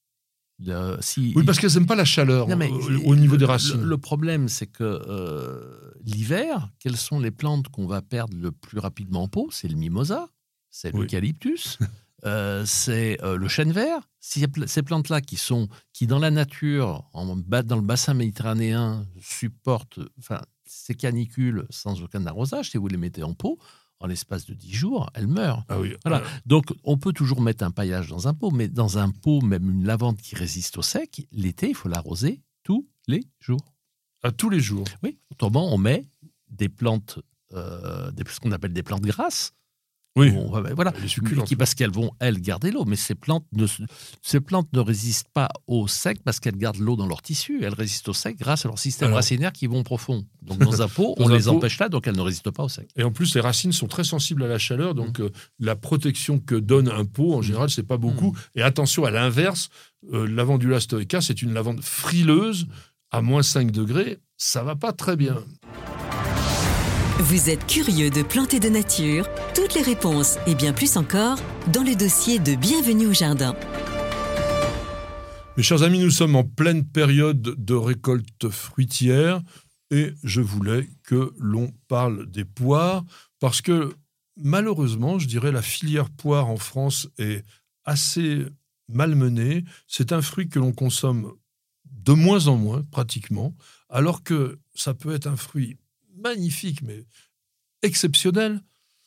Le, si, oui, parce qu'elles n'aiment pas la chaleur non, mais, au, au niveau le, des racines. Le, le problème, c'est que euh, l'hiver, quelles sont les plantes qu'on va perdre le plus rapidement en pot ? C'est le mimosa, c'est oui. l'eucalyptus, euh, c'est euh, le chêne vert. Si, ces plantes-là qui, sont, qui, dans la nature, en, dans le bassin méditerranéen, supportent enfin, ces canicules sans aucun arrosage, si vous les mettez en pot, en l'espace de dix jours, elle meurt. Ah oui. Voilà. Donc, on peut toujours mettre un paillage dans un pot, mais dans un pot, même une lavande qui résiste au sec, l'été, il faut l'arroser tous les jours. À tous les jours ? Oui. Autrement, on met des plantes, euh, des, ce qu'on appelle des plantes grasses. Oui. On va, voilà. Les succulentes. Qui, parce qu'elles vont, elles, garder l'eau. Mais ces plantes, ne, ces plantes ne résistent pas au sec parce qu'elles gardent l'eau dans leur tissu. Elles résistent au sec grâce à leur système Alors, racinaire qui vont profond. Donc, dans un pot, dans on un les pot, empêche là, donc elles ne résistent pas au sec. Et en plus, les racines sont très sensibles à la chaleur. Donc, mmh. euh, la protection que donne un pot, en général, c'est pas beaucoup. Mmh. Et attention, à l'inverse, euh, lavandula stoica, c'est une lavande frileuse à moins cinq degrés. Ça va pas très bien. Vous êtes curieux de plantes et de nature ? Toutes les réponses et bien plus encore dans le dossier de Bienvenue au Jardin. Mes chers amis, nous sommes en pleine période de récolte fruitière et je voulais que l'on parle des poires parce que malheureusement, je dirais, la filière poire en France est assez malmenée. C'est un fruit que l'on consomme de moins en moins, pratiquement, alors que ça peut être un fruit magnifique, mais exceptionnel.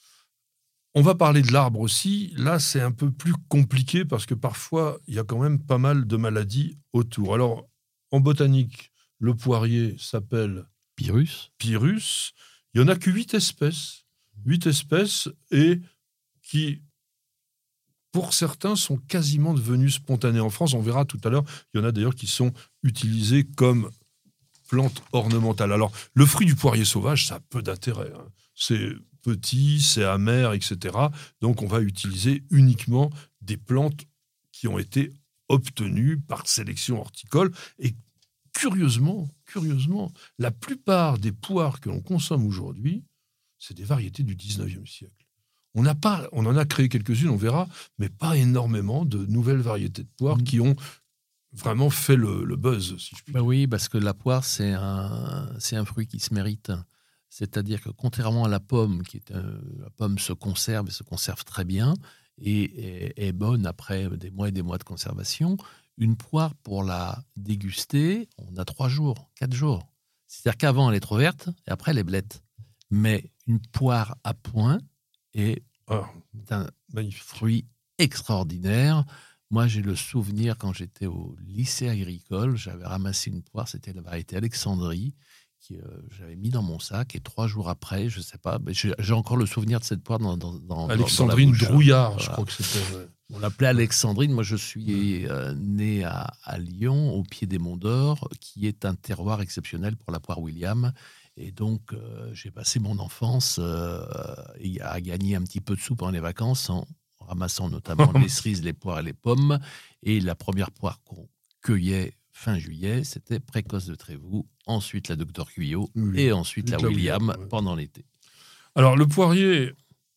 On va parler de l'arbre aussi. Là, c'est un peu plus compliqué parce que parfois, il y a quand même pas mal de maladies autour. Alors, en botanique, le poirier s'appelle Pyrrhus. Pyrrhus. Il n'y en a que huit espèces. Huit espèces et qui, pour certains, sont quasiment devenues spontanées. En France, on verra tout à l'heure, il y en a d'ailleurs qui sont utilisées comme plante ornementale. Alors, le fruit du poirier sauvage, ça a peu d'intérêt. Hein. C'est petit, c'est amer, et cetera. Donc, on va utiliser uniquement des plantes qui ont été obtenues par sélection horticole. Et curieusement, curieusement, la plupart des poires que l'on consomme aujourd'hui, c'est des variétés du dix-neuvième siècle. On n'a pas, on en a créé quelques-unes, on verra, mais pas énormément de nouvelles variétés de poires mmh. qui ont vraiment fait le, le buzz, si je puis dire. Ben oui, parce que la poire, c'est un, c'est un fruit qui se mérite. C'est-à-dire que contrairement à la pomme, qui est un, la pomme se conserve et se conserve très bien et est, est bonne après des mois et des mois de conservation, une poire, pour la déguster, on a trois jours, quatre jours. C'est-à-dire qu'avant, elle est trop verte et après, elle est blette. Mais une poire à point est ah, un magnifique. Fruit extraordinaire. Moi, j'ai le souvenir, quand j'étais au lycée agricole, j'avais ramassé une poire, c'était la variété Alexandrie, que euh, j'avais mis dans mon sac, et trois jours après, je ne sais pas, mais j'ai, j'ai encore le souvenir de cette poire dans, dans, dans Alexandrine dans la bouche. Drouillard, Voilà. je crois que c'était. Ouais. On l'appelait Alexandrine. Moi, je suis euh, né à, à Lyon, au pied des Monts d'Or, qui est un terroir exceptionnel pour la poire William. Et donc, euh, j'ai passé mon enfance euh, à gagner un petit peu de sous pendant les vacances en ramassant notamment les cerises, les poires et les pommes. Et la première poire qu'on cueillait fin juillet, c'était Précoce de Trévoux, ensuite la Docteur Guyot oui. et ensuite la, la William, William ouais. pendant l'été. Alors, le poirier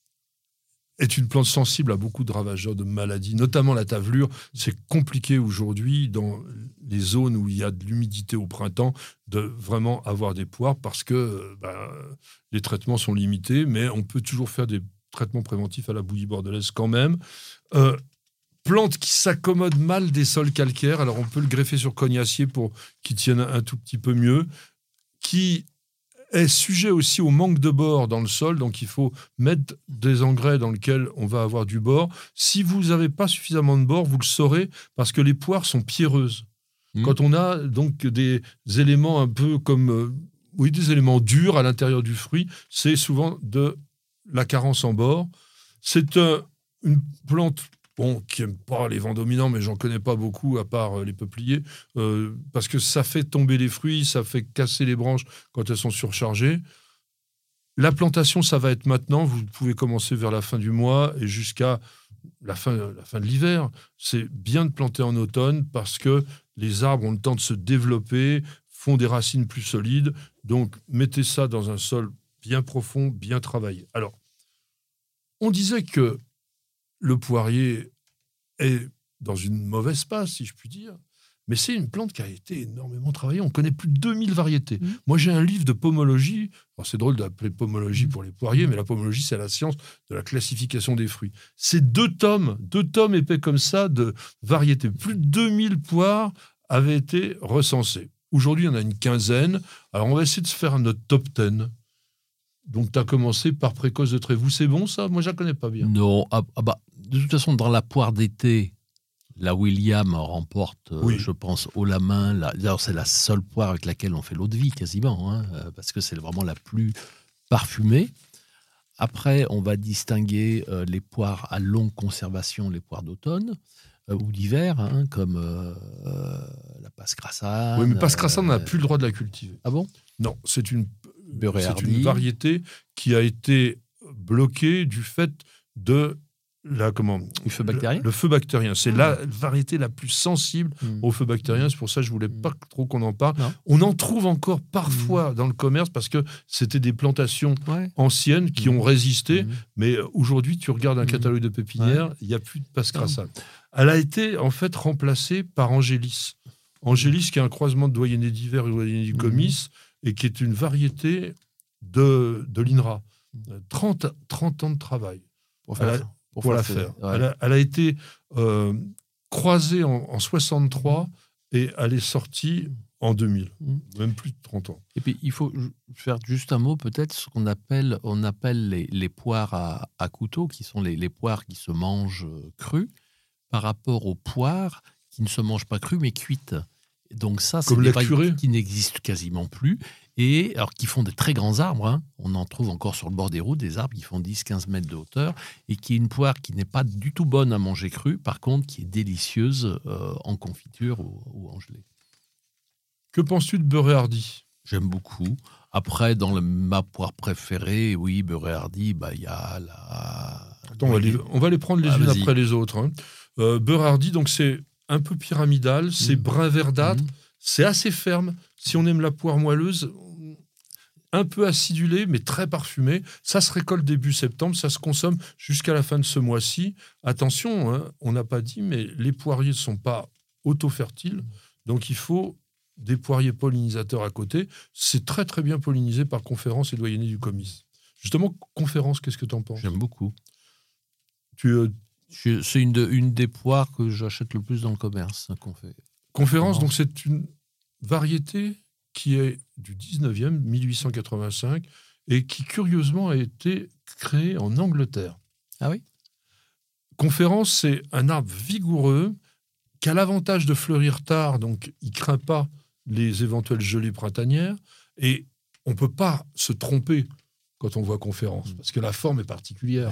est une plante sensible à beaucoup de ravageurs de maladies, notamment la tavelure. C'est compliqué aujourd'hui, dans les zones où il y a de l'humidité au printemps, de vraiment avoir des poires parce que ben, les traitements sont limités, mais on peut toujours faire des traitements préventifs à la bouillie bordelaise quand même. Euh, plante qui s'accommode mal des sols calcaires, alors on peut le greffer sur cognacier pour qu'il tienne un tout petit peu mieux, qui est sujet aussi au manque de bord dans le sol, donc il faut mettre des engrais dans lesquels on va avoir du bord. Si vous n'avez pas suffisamment de bord, vous le saurez, parce que les poires sont pierreuses. Mmh. Quand on a donc des éléments un peu comme... Euh, oui, des éléments durs à l'intérieur du fruit, c'est souvent de la carence en bord. C'est euh, une plante... Bon, qui n'aime pas les vents dominants, mais j'en connais pas beaucoup, à part euh, les peupliers, euh, parce que ça fait tomber les fruits, ça fait casser les branches quand elles sont surchargées. La plantation, ça va être maintenant. Vous pouvez commencer vers la fin du mois et jusqu'à la fin, la fin de l'hiver. C'est bien de planter en automne parce que les arbres ont le temps de se développer, font des racines plus solides. Donc, mettez ça dans un sol bien profond, bien travaillé. Alors, on disait que le poirier est dans une mauvaise passe, si je puis dire, mais c'est une plante qui a été énormément travaillée. On connaît plus de deux mille variétés. Mmh. Moi, j'ai un livre de pomologie. Alors, c'est drôle d'appeler pomologie pour les poiriers, mais la pomologie, c'est la science de la classification des fruits. C'est deux tomes, deux tomes épais comme ça de variétés. Plus de deux mille poires avaient été recensées. Aujourd'hui, il y en a une quinzaine. Alors, on va essayer de se faire notre top dix. Donc, tu as commencé par Précoce de Trévoux. C'est bon, ça? Moi, je ne la connais pas bien. Non. Ah, ah bah, de toute façon, dans la poire d'été, la William remporte, euh, oui. je pense, haut la main. La... D'ailleurs, c'est la seule poire avec laquelle on fait l'eau de vie, quasiment, hein, parce que c'est vraiment la plus parfumée. Après, on va distinguer euh, les poires à longue conservation, les poires d'automne euh, ou d'hiver, hein, comme euh, euh, la Passe-Crassane. Oui, mais Passe-Crassane, euh... on n'a plus le droit de la cultiver. Ah bon? Non, c'est une... C'est une variété qui a été bloquée du fait de la, comment, le feu bactérien. Le, le feu bactérien. C'est mmh. la variété la plus sensible mmh. au feu bactérien. C'est pour ça que je ne voulais pas trop qu'on en parle. Non. On en trouve encore parfois mmh. dans le commerce parce que c'était des plantations ouais. anciennes qui mmh. ont résisté. Mmh. Mais aujourd'hui, tu regardes un catalogue de pépinières, il ouais. n'y a plus de Passe-Crassane. Elle a été en fait remplacée par Angélis. Angélis, qui est un croisement de doyenné d'hiver et doyenné du comice, mmh. et qui est une variété de, de l'I N R A. trente, trente ans de travail pour, faire, a, pour, pour la faire. Ouais. Elle, a, elle a été euh, croisée en, en soixante-trois et elle est sortie en deux mille, mmh. même plus de trente ans. Et puis, il faut faire juste un mot, peut-être, ce qu'on appelle, on appelle les, les poires à, à couteau, qui sont les, les poires qui se mangent crues, par rapport aux poires qui ne se mangent pas crues, mais cuites. Donc ça, c'est Comme des variétés qui n'existent quasiment plus, et alors qui font de très grands arbres. Hein. On en trouve encore sur le bord des routes, des arbres qui font dix à quinze mètres de hauteur, et qui est une poire qui n'est pas du tout bonne à manger crue, par contre, qui est délicieuse euh, en confiture ou, ou en gelée. Que penses-tu de beurre et hardy? J'aime beaucoup. Après, dans le, ma poire préférée, oui, beurre et hardy, bah, y a la... Attends, on va, les, on va les prendre les ah, unes vas-y. après les autres. Hein. Euh, beurre et hardy, donc c'est un peu pyramidal, c'est mmh. brun verdâtre, mmh. c'est assez ferme. Si on aime la poire moelleuse, un peu acidulée, mais très parfumée. Ça se récolte début septembre, ça se consomme jusqu'à la fin de ce mois-ci. Attention, hein, on n'a pas dit, mais les poiriers ne sont pas auto-fertiles, donc il faut des poiriers pollinisateurs à côté. C'est très très bien pollinisé par Conférence et Doyenné du Comice. Justement, Conférence, qu'est-ce que tu en penses? J'aime beaucoup. Tu... Euh, C'est une, de, une des poires que j'achète le plus dans le commerce qu'on fait. Conférence, donc c'est une variété qui est du dix-neuvième, mille huit cent quatre-vingt-cinq, et qui curieusement a été créée en Angleterre. Ah oui? Conférence, c'est un arbre vigoureux qui a l'avantage de fleurir tard, donc il ne craint pas les éventuelles gelées printanières, et on ne peut pas se tromper quand on voit Conférence, mmh. parce que la forme est particulière.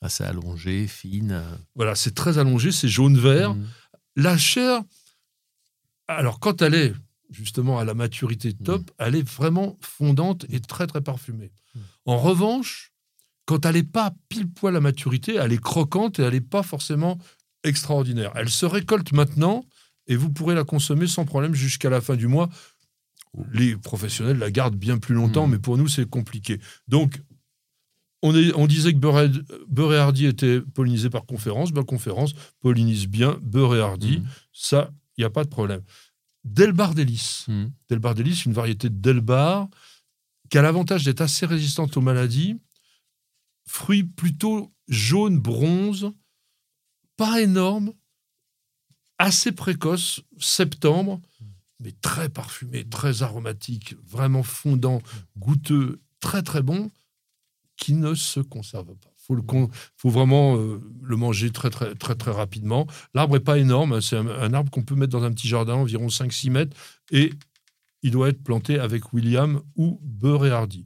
Assez allongée, fine. Voilà, c'est très allongé, c'est jaune-vert. Mmh. La chair, alors quand elle est justement à la maturité top, mmh. elle est vraiment fondante et très très parfumée. Mmh. En revanche, quand elle n'est pas pile poil à maturité, elle est croquante et elle n'est pas forcément extraordinaire. Elle se récolte maintenant et vous pourrez la consommer sans problème jusqu'à la fin du mois. Les professionnels la gardent bien plus longtemps, mmh. mais pour nous, c'est compliqué. Donc, on, est, on disait que beurre et, beurre et hardy était pollinisé par Conférence. Ben, Conférence pollinise bien beurre et hardy. Mmh. Ça, il n'y a pas de problème. Delbar Délice. Mmh. Delbar Délice, une variété de Delbar qui a l'avantage d'être assez résistante aux maladies. Fruits plutôt jaune, bronze, pas énorme, assez précoce, septembre, mais très parfumé, très aromatique, vraiment fondant, goûteux, très très bon, qui ne se conserve pas. Il faut, le con... faut vraiment euh, le manger très très, très très rapidement. L'arbre n'est pas énorme, c'est un, un arbre qu'on peut mettre dans un petit jardin, environ cinq six mètres, et il doit être planté avec William ou beurre et hardy.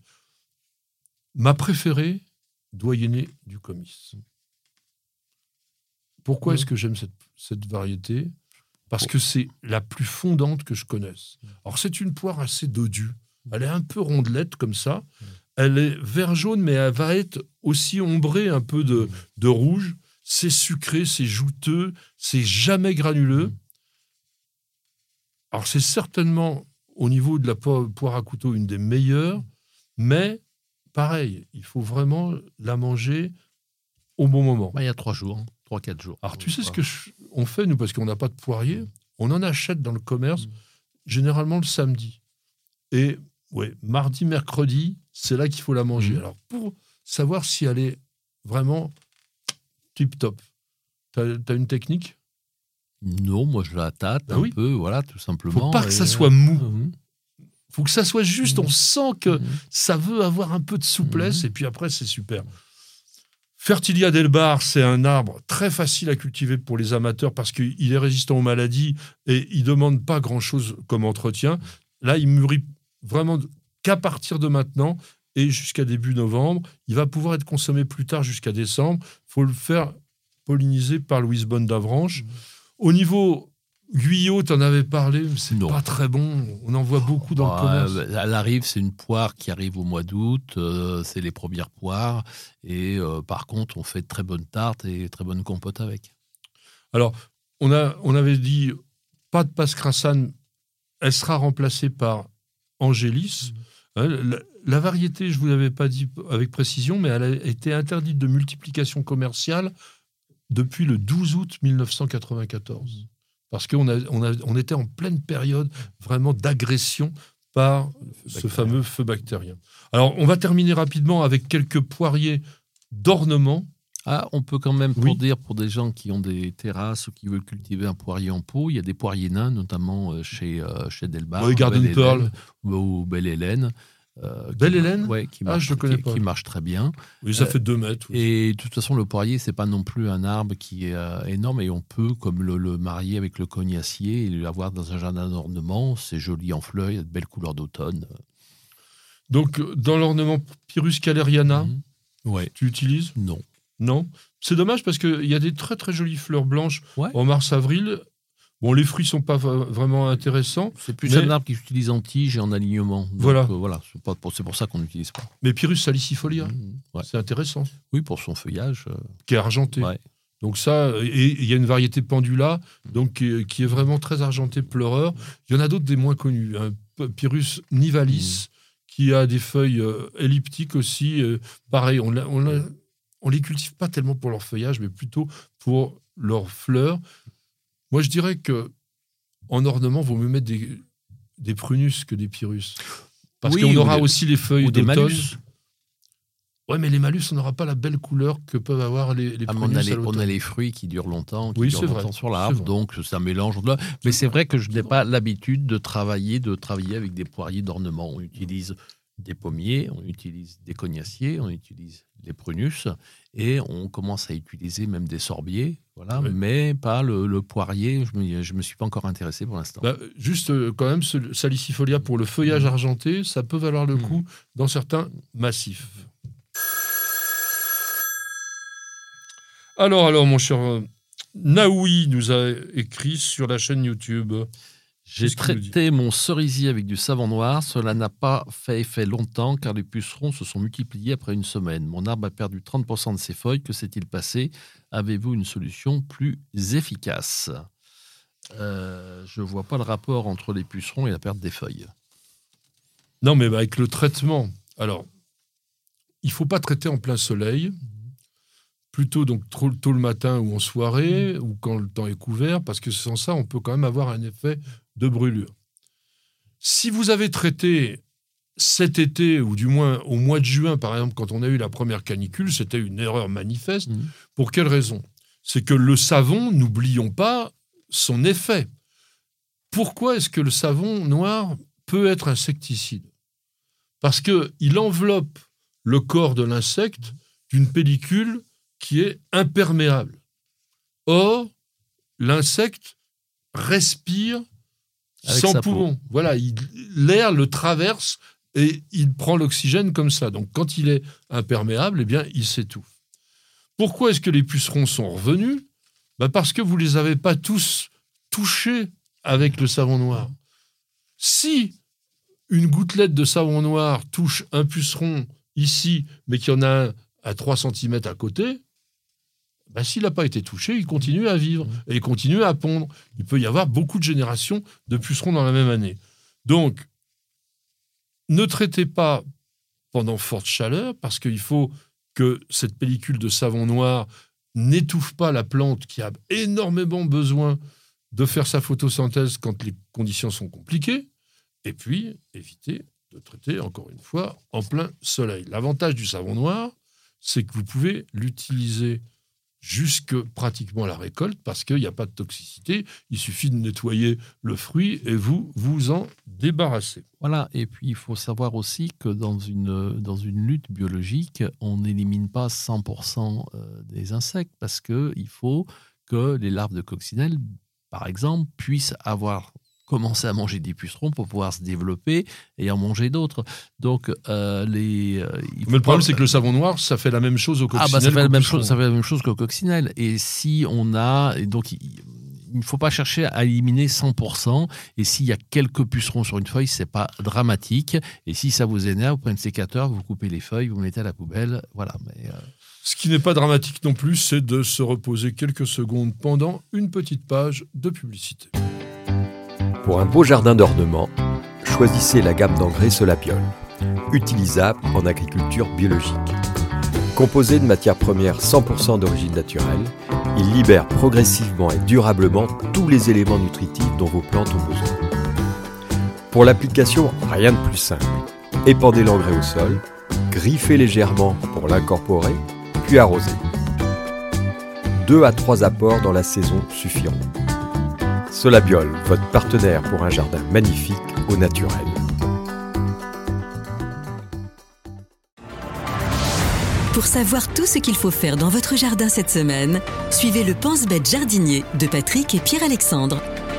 Ma préférée, doyenné du comice. Pourquoi mmh. est-ce que j'aime cette, cette variété ? Parce que c'est la plus fondante que je connaisse. Alors, c'est une poire assez dodue. Elle est un peu rondelette, comme ça. Elle est vert-jaune, mais elle va être aussi ombrée un peu de, de rouge. C'est sucré, c'est jouteux, c'est jamais granuleux. Alors, c'est certainement, au niveau de la poire à couteau, une des meilleures. Mais, pareil, il faut vraiment la manger au bon moment. Bah, il y a trois jours. Trois, quatre jours. Alors, tu sais ce qu'on fait, nous, parce qu'on n'a pas de poirier, mmh. on en achète dans le commerce, mmh. généralement le samedi. Et, ouais, mardi, mercredi, c'est là qu'il faut la manger. Mmh. Alors, pour savoir si elle est vraiment tip-top, t'as, t'as une technique ? Non, moi, je la tâte ben un oui. peu, voilà, tout simplement. Faut pas et... que ça soit mou. Mmh. Faut que ça soit juste, mmh. on sent que mmh. ça veut avoir un peu de souplesse, mmh. et puis après, c'est super. Fertilia Delbar, c'est un arbre très facile à cultiver pour les amateurs parce qu'il est résistant aux maladies et il ne demande pas grand-chose comme entretien. Là, il mûrit vraiment qu'à partir de maintenant et jusqu'à début novembre. Il va pouvoir être consommé plus tard jusqu'à décembre. Il faut le faire polliniser par Louise Bonne d'Avranches. Mmh. Au niveau Guyot, tu en avais parlé, mais c'est non. pas très bon. On en voit beaucoup dans bah, le commerce. Elle arrive, c'est une poire qui arrive au mois d'août. Euh, c'est les premières poires. Et euh, par contre, on fait de très bonnes tartes et très bonnes compotes avec. Alors, on, a, on avait dit pas de Passe-Crassane. Elle sera remplacée par Angélis. Mmh. Hein, la, la variété, je ne vous l'avais pas dit avec précision, mais elle a été interdite de multiplication commerciale depuis le douze août mille neuf cent quatre-vingt-quatorze. Mmh. Parce qu'on a, on a, on était en pleine période vraiment d'agression par ce fameux feu bactérien. Alors, on va terminer rapidement avec quelques poiriers d'ornement. Ah, on peut quand même, pour oui. dire, pour des gens qui ont des terrasses ou qui veulent cultiver un poirier en pot, il y a des poiriers nains, notamment chez, euh, chez Delbar. Oui, Garden Pearl. Ou Belle Hélène. Euh, Belle Hélène ouais, qui ah, marche, je le connais qui, pas. Qui marche très bien. Oui, ça euh, fait deux mètres. Oui. Et de toute façon, le poirier, c'est pas non plus un arbre qui est euh, énorme et on peut, comme le, le marier avec le cognacier et l'avoir dans un jardin d'ornement. C'est joli en fleurs, il y a de belles couleurs d'automne. Donc, dans l'ornement Pyrrhus caleriana, mmh. ouais. tu utilises ? Non. Non. C'est dommage parce qu'il y a des très très jolies fleurs blanches ouais. en mars-avril. Bon, les fruits ne sont pas vraiment intéressants. C'est plus mais... un arbre qui s'utilise en tige et en alignement. Donc, voilà. Euh, voilà. C'est, pas pour, c'est pour ça qu'on n'utilise pas. Mais Pyrrhus salicifolia, mmh, ouais. c'est intéressant. Oui, pour son feuillage. Euh... Qui est argenté. Ouais. Donc ça, et il y a une variété pendula, donc qui, qui est vraiment très argenté, pleureur. Il y en a d'autres des moins connus. Un Pyrrhus nivalis, mmh. qui a des feuilles euh, elliptiques aussi. Euh, pareil, on, l'a, on, l'a, on les cultive pas tellement pour leur feuillage, mais plutôt pour leurs fleurs. Moi, je dirais que en ornement, il vaut mieux mettre des, des prunus que des pyrrhus. Parce oui, qu'on aura des, aussi les feuilles d'automne. Des malus. Ouais, mais les malus, on n'aura pas la belle couleur que peuvent avoir les, les ah, prunus on a les, à l'automne. On a les fruits qui durent longtemps, qui oui, durent c'est longtemps vrai. sur l'arbre, donc c'est un mélange. Mais c'est vrai que je n'ai pas l'habitude de travailler, de travailler avec des poiriers d'ornement. On utilise des pommiers, on utilise des cognaciers, on utilise des prunus, et on commence à utiliser même des sorbiers, voilà, oui. mais pas le, le poirier. Je me, je me suis pas encore intéressé pour l'instant. Bah, juste euh, quand même, ce salicifolia pour le feuillage mmh. argenté, ça peut valoir le mmh. coup dans certains massifs. Alors, alors, mon cher euh, Naoui nous a écrit sur la chaîne YouTube. J'ai traité mon cerisier avec du savon noir. Cela n'a pas fait effet longtemps car les pucerons se sont multipliés après une semaine. Mon arbre a perdu trente pour cent de ses feuilles. Que s'est-il passé ? Avez-vous une solution plus efficace ? euh, Je ne vois pas le rapport entre les pucerons et la perte des feuilles. Non, mais avec le traitement. Alors, il ne faut pas traiter en plein soleil. Plutôt donc trop tôt le matin ou en soirée, mmh. ou quand le temps est couvert, parce que sans ça, on peut quand même avoir un effet de brûlure. Si vous avez traité cet été, ou du moins au mois de juin, par exemple, quand on a eu la première canicule, c'était une erreur manifeste. Mmh. Pour quelle raison ? C'est que le savon, n'oublions pas son effet. Pourquoi est-ce que le savon noir peut être insecticide ? Parce qu'il enveloppe le corps de l'insecte d'une pellicule qui est imperméable. Or, l'insecte respire avec sans poumon. Voilà, il, l'air le traverse et il prend l'oxygène comme ça. Donc, quand il est imperméable, eh bien, il s'étouffe. Pourquoi est-ce que les pucerons sont revenus ? Ben parce que vous ne les avez pas tous touchés avec le savon noir. Si une gouttelette de savon noir touche un puceron ici, mais qu'il y en a un à trois centimètres à côté, ben, s'il n'a pas été touché, il continue à vivre et il continue à pondre. Il peut y avoir beaucoup de générations de pucerons dans la même année. Donc, ne traitez pas pendant forte chaleur parce qu'il faut que cette pellicule de savon noir n'étouffe pas la plante qui a énormément besoin de faire sa photosynthèse quand les conditions sont compliquées. Et puis, évitez de traiter, encore une fois, en plein soleil. L'avantage du savon noir, c'est que vous pouvez l'utiliser jusque pratiquement à la récolte parce qu'il n'y a pas de toxicité. Il suffit de nettoyer le fruit et vous vous en débarrassez. Voilà, et puis il faut savoir aussi que dans une, dans une lutte biologique, on n'élimine pas cent pour cent des insectes parce qu'il faut que les larves de coccinelle, par exemple, puissent avoir commencer à manger des pucerons pour pouvoir se développer et en manger d'autres. Donc, euh, les... Euh, Mais le problème, pas... c'est que le savon noir, ça fait la même chose au coccinelle. Ah, bah, ça fait la même chose, ça fait la même chose qu'au coccinelle. Et si on a... Et donc, il ne faut pas chercher à éliminer cent pour cent. Et s'il y a quelques pucerons sur une feuille, ce n'est pas dramatique. Et si ça vous énerve, vous prenez un sécateur, vous coupez les feuilles, vous mettez à la poubelle. Voilà. Mais, euh... Ce qui n'est pas dramatique non plus, c'est de se reposer quelques secondes pendant une petite page de publicité. Pour un beau jardin d'ornement, choisissez la gamme d'engrais Solabiol, utilisable en agriculture biologique. Composé de matières premières cent pour cent d'origine naturelle, il libère progressivement et durablement tous les éléments nutritifs dont vos plantes ont besoin. Pour l'application, rien de plus simple. Épandez l'engrais au sol, griffez légèrement pour l'incorporer, puis arrosez. Deux à trois apports dans la saison suffiront. Solabiol, votre partenaire pour un jardin magnifique au naturel. Pour savoir tout ce qu'il faut faire dans votre jardin cette semaine, suivez le Pense-Bête jardinier de Patrick et Pierre-Alexandre.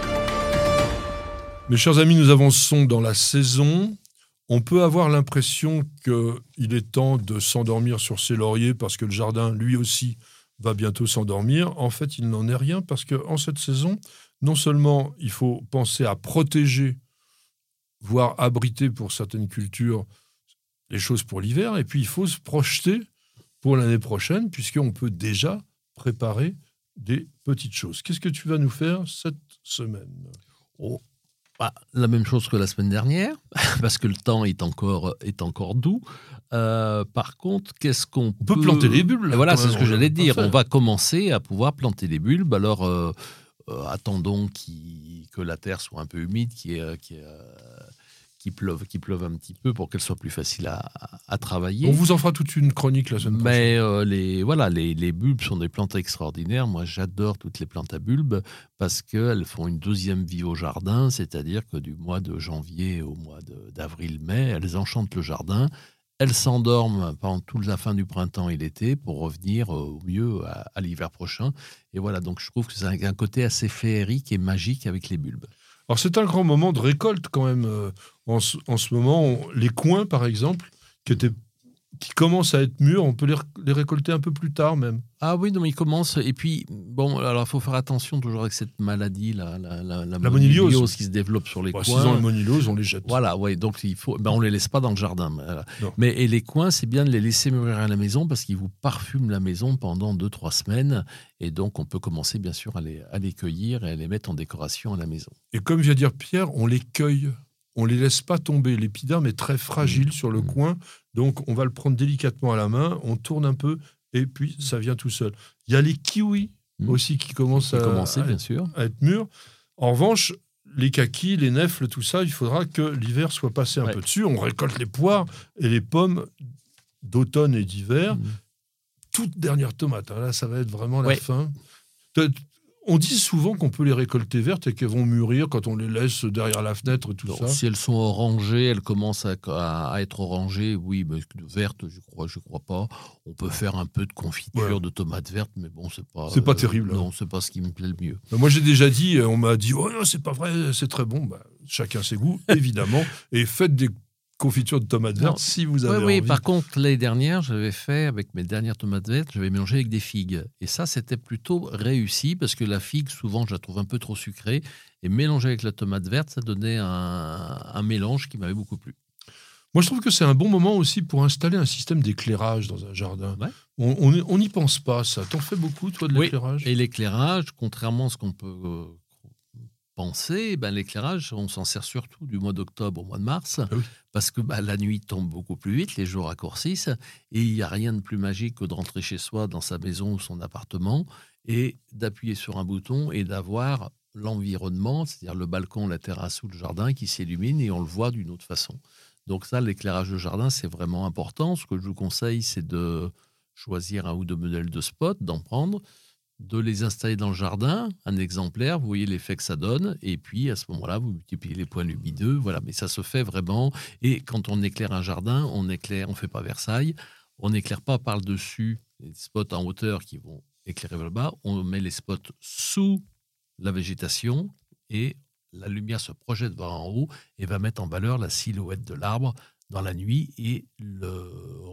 Mes chers amis, nous avançons dans la saison. On peut avoir l'impression qu'il est temps de s'endormir sur ses lauriers parce que le jardin, lui aussi, va bientôt s'endormir. En fait, il n'en est rien parce qu'en cette saison, non seulement il faut penser à protéger, voire abriter pour certaines cultures les choses pour l'hiver, et puis il faut se projeter pour l'année prochaine, puisqu'on peut déjà préparer des petites choses. Qu'est-ce que tu vas nous faire cette semaine ? Oh, bah, la même chose que la semaine dernière, parce que le temps est encore, est encore doux. Euh, par contre, qu'est-ce qu'on peut... On peut planter les bulbes. Là, voilà, c'est ce que j'allais dire. On va commencer à pouvoir planter les bulbes. Alors... Euh, Euh, attendons qui, que la terre soit un peu humide, qu'il qui, euh, qui pleuve, qui pleuve un petit peu pour qu'elle soit plus facile à, à, à travailler. On vous en fera toute une chronique la semaine prochaine. Mais euh, les, voilà, les, les bulbes sont des plantes extraordinaires. Moi, j'adore toutes les plantes à bulbes parce qu'elles font une deuxième vie au jardin, c'est-à-dire que du mois de janvier au mois de, d'avril-mai, elles enchantent le jardin. Elles s'endorment pendant toute la fin du printemps et l'été pour revenir au mieux à, à l'hiver prochain. Et voilà, donc je trouve que c'est un, un côté assez féerique et magique avec les bulbes. Alors c'est un grand moment de récolte quand même. Euh, en, en ce moment, on, les coings par exemple, qui étaient qui commencent à être mûrs, on peut les, les récolter un peu plus tard même. Ah oui, non, mais ils commencent. Et puis, bon, alors il faut faire attention toujours avec cette maladie, la, la, la, la, la moniliose. moniliose qui se développe sur les bon, coins. S'ils ont la moniliose, on les jette. Voilà, oui, donc il faut, ben, on ne les laisse pas dans le jardin. Mais et les coins, c'est bien de les laisser mûrir à la maison parce qu'ils vous parfument la maison pendant deux trois semaines. Et donc, on peut commencer, bien sûr, à les, à les cueillir et à les mettre en décoration à la maison. Et comme vient de dire Pierre, on les cueille. On ne les laisse pas tomber. L'épiderme est très fragile mmh. sur le mmh. coin. Donc, on va le prendre délicatement à la main. On tourne un peu et puis ça vient tout seul. Il y a les kiwis mmh. aussi qui commencent à, commencer, à, bien sûr. à être mûrs. En revanche, les kakis, les nèfles, tout ça, il faudra que l'hiver soit passé un ouais. peu dessus. On récolte les poires et les pommes d'automne et d'hiver. Mmh. Toute dernière tomate. Là, ça va être vraiment la ouais. fin. On dit souvent qu'on peut les récolter vertes et qu'elles vont mûrir quand on les laisse derrière la fenêtre et tout non, ça. Si elles sont orangées, elles commencent à, à, à être orangées, oui, mais vertes, je crois, je crois pas. On peut faire un peu de confiture ouais. de tomates vertes, mais bon, c'est pas. C'est pas euh, terrible. Non, c'est pas ce qui me plaît le mieux. Moi, j'ai déjà dit, on m'a dit, oh non, c'est pas vrai, c'est très bon. Bah, chacun ses goûts, évidemment, et faites des confiture de tomates vertes, non. si vous avez oui, envie. Oui, par contre, l'année dernière, j'avais fait, avec mes dernières tomates vertes, j'avais mélangé avec des figues. Et ça, c'était plutôt réussi, parce que la figue, souvent, je la trouve un peu trop sucrée. Et mélanger avec la tomate verte, ça donnait un, un mélange qui m'avait beaucoup plu. Moi, je trouve que c'est un bon moment aussi pour installer un système d'éclairage dans un jardin. Ouais. On n'y pense pas, ça. T'en fais beaucoup, toi, de l'éclairage ? Oui, et l'éclairage, contrairement à ce qu'on peut... Euh, penser, ben, l'éclairage, on s'en sert surtout du mois d'octobre au mois de mars, ah oui. parce que ben, la nuit tombe beaucoup plus vite, les jours raccourcissent, et il n'y a rien de plus magique que de rentrer chez soi, dans sa maison ou son appartement, et d'appuyer sur un bouton et d'avoir l'environnement, c'est-à-dire le balcon, la terrasse ou le jardin qui s'illumine, et on le voit d'une autre façon. Donc ça, l'éclairage de jardin, c'est vraiment important. Ce que je vous conseille, c'est de choisir un ou deux modèles de spot, d'en prendre, de les installer dans le jardin, un exemplaire, vous voyez l'effet que ça donne, et puis à ce moment-là, vous multipliez les points lumineux, voilà, mais ça se fait vraiment, et quand on éclaire un jardin, on éclaire, on ne fait pas Versailles, on n'éclaire pas par le dessus les spots en hauteur qui vont éclairer vers le bas, on met les spots sous la végétation, et la lumière se projette vers en haut, et va mettre en valeur la silhouette de l'arbre dans la nuit, et le,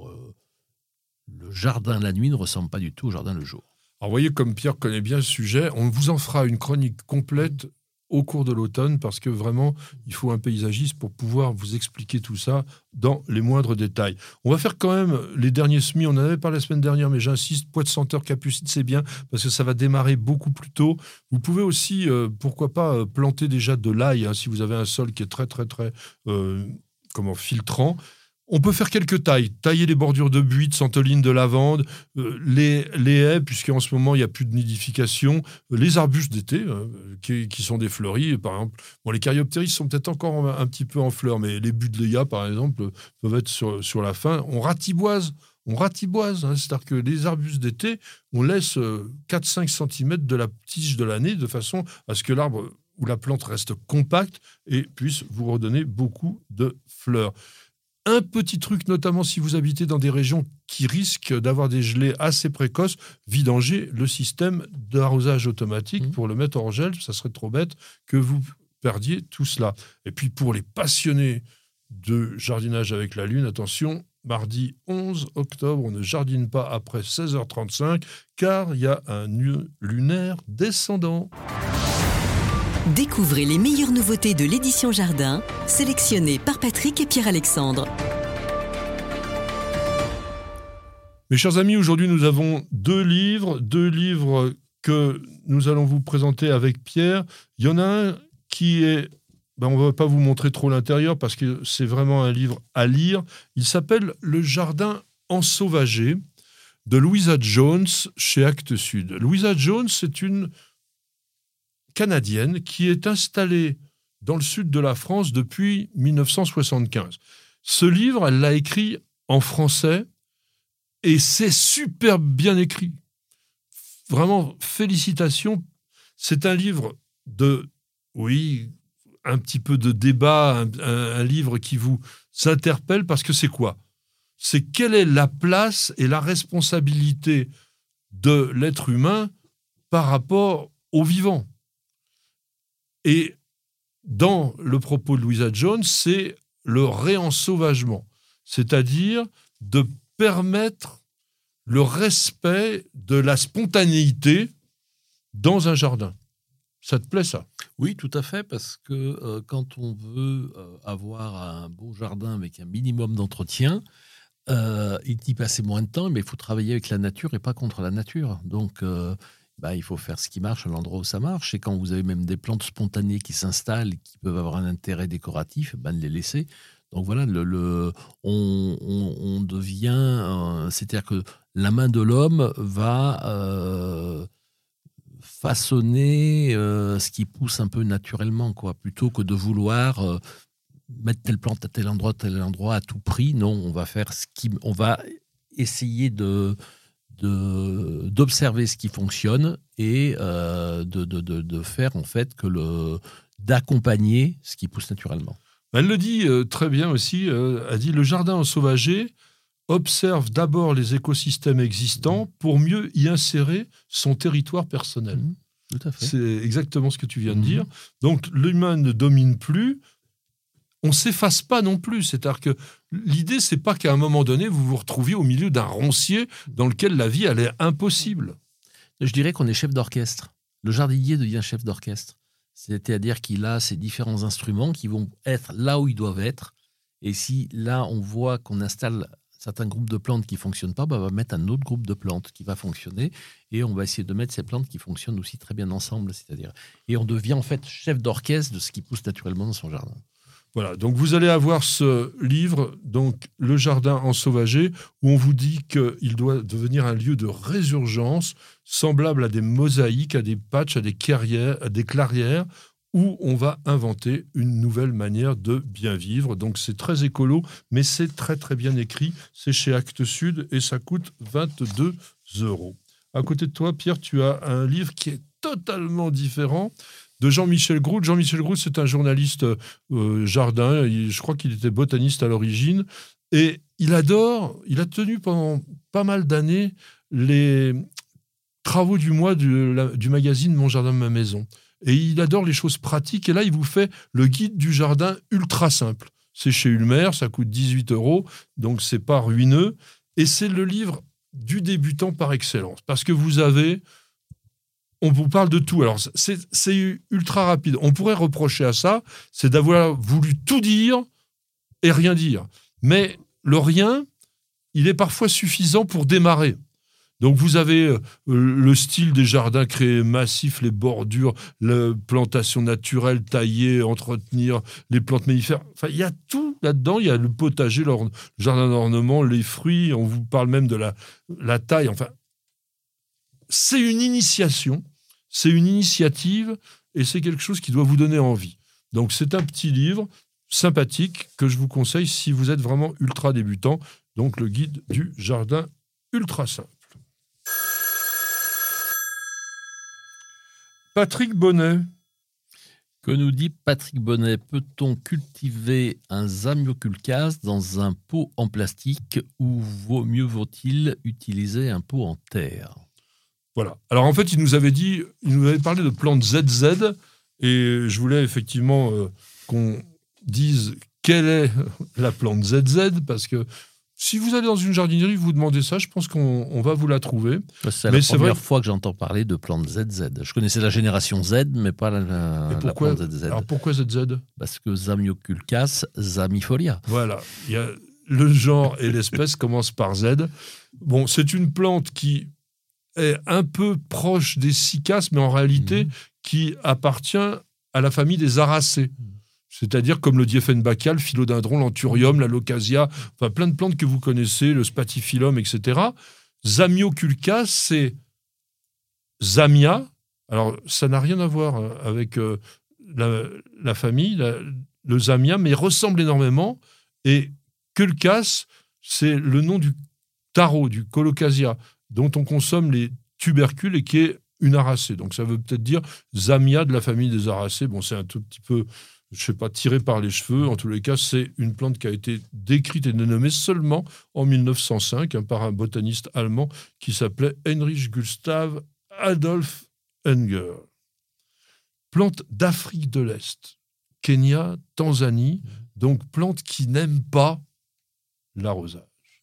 le jardin la nuit ne ressemble pas du tout au jardin le jour. Alors, vous voyez, comme Pierre connaît bien le sujet, on vous en fera une chronique complète au cours de l'automne parce que vraiment, il faut un paysagiste pour pouvoir vous expliquer tout ça dans les moindres détails. On va faire quand même les derniers semis. On en avait parlé la semaine dernière, mais j'insiste, pois de senteur, capucine, c'est bien parce que ça va démarrer beaucoup plus tôt. Vous pouvez aussi, euh, pourquoi pas, planter déjà de l'ail hein, si vous avez un sol qui est très, très, très euh, comment, filtrant. On peut faire quelques tailles, tailler les bordures de buis, de santoline, de lavande, euh, les, les haies, puisqu'en ce moment, il n'y a plus de nidification, euh, les arbustes d'été, euh, qui, qui sont des fleuris, par exemple. Bon, les caryoptéris sont peut-être encore un, un petit peu en fleurs, mais les buddléias, par exemple, peuvent être sur, sur la fin. On ratiboise, on ratiboise, hein, c'est-à-dire que les arbustes d'été, on laisse euh, quatre à cinq centimètres de la tige de l'année, de façon à ce que l'arbre ou la plante reste compacte et puisse vous redonner beaucoup de fleurs. Un petit truc, notamment si vous habitez dans des régions qui risquent d'avoir des gelées assez précoces, vidanger le système d'arrosage automatique mmh. pour le mettre hors gel. Ça serait trop bête que vous perdiez tout cela. Et puis pour les passionnés de jardinage avec la lune, attention, mardi onze octobre, on ne jardine pas après seize heures trente-cinq car il y a un nœud lunaire descendant. Découvrez les meilleures nouveautés de l'édition Jardin, sélectionnées par Patrick et Pierre-Alexandre. Mes chers amis, aujourd'hui nous avons deux livres, deux livres que nous allons vous présenter avec Pierre. Il y en a un qui est, ben on ne va pas vous montrer trop l'intérieur parce que c'est vraiment un livre à lire. Il s'appelle « Le jardin ensauvagé » de Louisa Jones chez Actes Sud. Louisa Jones, c'est une canadienne qui est installée dans le sud de la France depuis dix-neuf cent soixante-quinze. Ce livre, elle l'a écrit en français et c'est super bien écrit. Vraiment, félicitations. C'est un livre de, oui, un petit peu de débat, un, un, un livre qui vous interpelle parce que c'est quoi ? C'est quelle est la place et la responsabilité de l'être humain par rapport au vivant ? Et dans le propos de Louisa Jones, c'est le réensauvagement, c'est-à-dire de permettre le respect de la spontanéité dans un jardin. Ça te plaît, ça ? Oui, tout à fait, parce que euh, quand on veut euh, avoir un beau jardin avec un minimum d'entretien, euh, il y passer moins de temps, mais il faut travailler avec la nature et pas contre la nature. Donc, euh, bah, il faut faire ce qui marche à l'endroit où ça marche. Et quand vous avez même des plantes spontanées qui s'installent et qui peuvent avoir un intérêt décoratif, ben, de les laisser. Donc voilà, le, le, on, on, on devient... Euh, c'est-à-dire que la main de l'homme va... Euh, façonner euh, ce qui pousse un peu naturellement, quoi, plutôt que de vouloir euh, mettre telle plante à tel endroit, tel endroit à tout prix. Non, on va faire ce qui, on va essayer de, de d'observer ce qui fonctionne et euh, de, de, de, de faire en fait que le d'accompagner ce qui pousse naturellement. Elle le dit euh, très bien aussi. Euh, elle dit le jardin ensauvagé observe d'abord les écosystèmes existants pour mieux y insérer son territoire personnel. Mmh, tout à fait. C'est exactement ce que tu viens de Mmh. dire. Donc, l'humain ne domine plus, on ne s'efface pas non plus. C'est-à-dire que l'idée, c'est pas qu'à un moment donné, vous vous retrouviez au milieu d'un roncier dans lequel la vie, elle est impossible. Je dirais qu'on est chef d'orchestre. Le jardinier devient chef d'orchestre. C'est-à-dire qu'il a ses différents instruments qui vont être là où ils doivent être. Et si là, on voit qu'on installe certains groupes de plantes qui ne fonctionnent pas, bah, on va mettre un autre groupe de plantes qui va fonctionner et on va essayer de mettre ces plantes qui fonctionnent aussi très bien ensemble. C'est-à-dire, et on devient en fait chef d'orchestre de ce qui pousse naturellement dans son jardin. Voilà, donc vous allez avoir ce livre, donc Le jardin ensauvagé, où on vous dit qu'il doit devenir un lieu de résurgence, semblable à des mosaïques, à des patchs, à des carrières, à des clairières, où on va inventer une nouvelle manière de bien vivre. Donc c'est très écolo, mais c'est très très bien écrit. C'est chez Actes Sud et ça coûte vingt-deux euros. À côté de toi, Pierre, tu as un livre qui est totalement différent, de Jean-Michel Groult. Jean-Michel Groult, c'est un journaliste euh, jardin. Il, je crois qu'il était botaniste à l'origine. Et il adore, il a tenu pendant pas mal d'années les travaux du mois du, la, du magazine Mon Jardin, Ma Maison. Et il adore les choses pratiques. Et là, il vous fait le guide du jardin ultra simple. C'est chez Ulmer, ça coûte dix-huit euros, donc c'est pas ruineux. Et c'est le livre du débutant par excellence. Parce que vous avez... On vous parle de tout. Alors, c'est, c'est ultra rapide. On pourrait reprocher à ça, c'est d'avoir voulu tout dire et rien dire. Mais le rien, il est parfois suffisant pour démarrer. Donc, vous avez euh, le style des jardins créés massifs, les bordures, la plantation naturelle, tailler, entretenir les plantes mellifères. Enfin, il y a tout là-dedans. Il y a le potager, le jardin d'ornement, les fruits. On vous parle même de la, la taille. Enfin, c'est une initiation, c'est une initiative et c'est quelque chose qui doit vous donner envie. Donc, c'est un petit livre sympathique que je vous conseille si vous êtes vraiment ultra débutant. Donc, le guide du jardin ultra simple. Patrick Bonnet. Que nous dit Patrick Bonnet? Peut-on cultiver un zamioculcas dans un pot en plastique ou vaut, mieux vaut-il utiliser un pot en terre? Voilà. Alors en fait, il nous avait dit, il nous avait parlé de plantes Z Z et je voulais effectivement euh, qu'on dise quelle est la plante Z Z parce que si vous allez dans une jardinerie, vous demandez ça, je pense qu'on on va vous la trouver. C'est mais la c'est première vrai... fois que j'entends parler de plante Z Z. Je connaissais la génération Z, mais pas la, la, pourquoi, la plante Z Z. Alors pourquoi Z Z? Parce que Zamioculcas zamifolia. Voilà, il y a le genre et l'espèce commencent par Z. Bon, c'est une plante qui est un peu proche des cycas, mais en réalité, mmh. qui appartient à la famille des aracées. Mmh. C'est-à-dire comme le dieffenbachia, le philodendron, l'anthurium, la loccasia, enfin plein de plantes que vous connaissez, le spathiphyllum, et cetera. Zamioculcas, c'est Zamia. Alors, ça n'a rien à voir avec euh, la, la famille, la, le Zamia, mais il ressemble énormément. Et culcas, c'est le nom du taro, du colocasia, dont on consomme les tubercules et qui est une aracée. Donc, ça veut peut-être dire Zamia de la famille des aracées. Bon, c'est un tout petit peu... je ne sais pas, tiré par les cheveux. En tous les cas, c'est une plante qui a été décrite et dénommée seulement en mille neuf cent cinq hein, par un botaniste allemand qui s'appelait Heinrich Gustav Adolf Enger. Plante d'Afrique de l'Est, Kenya, Tanzanie, donc plante qui n'aime pas l'arrosage.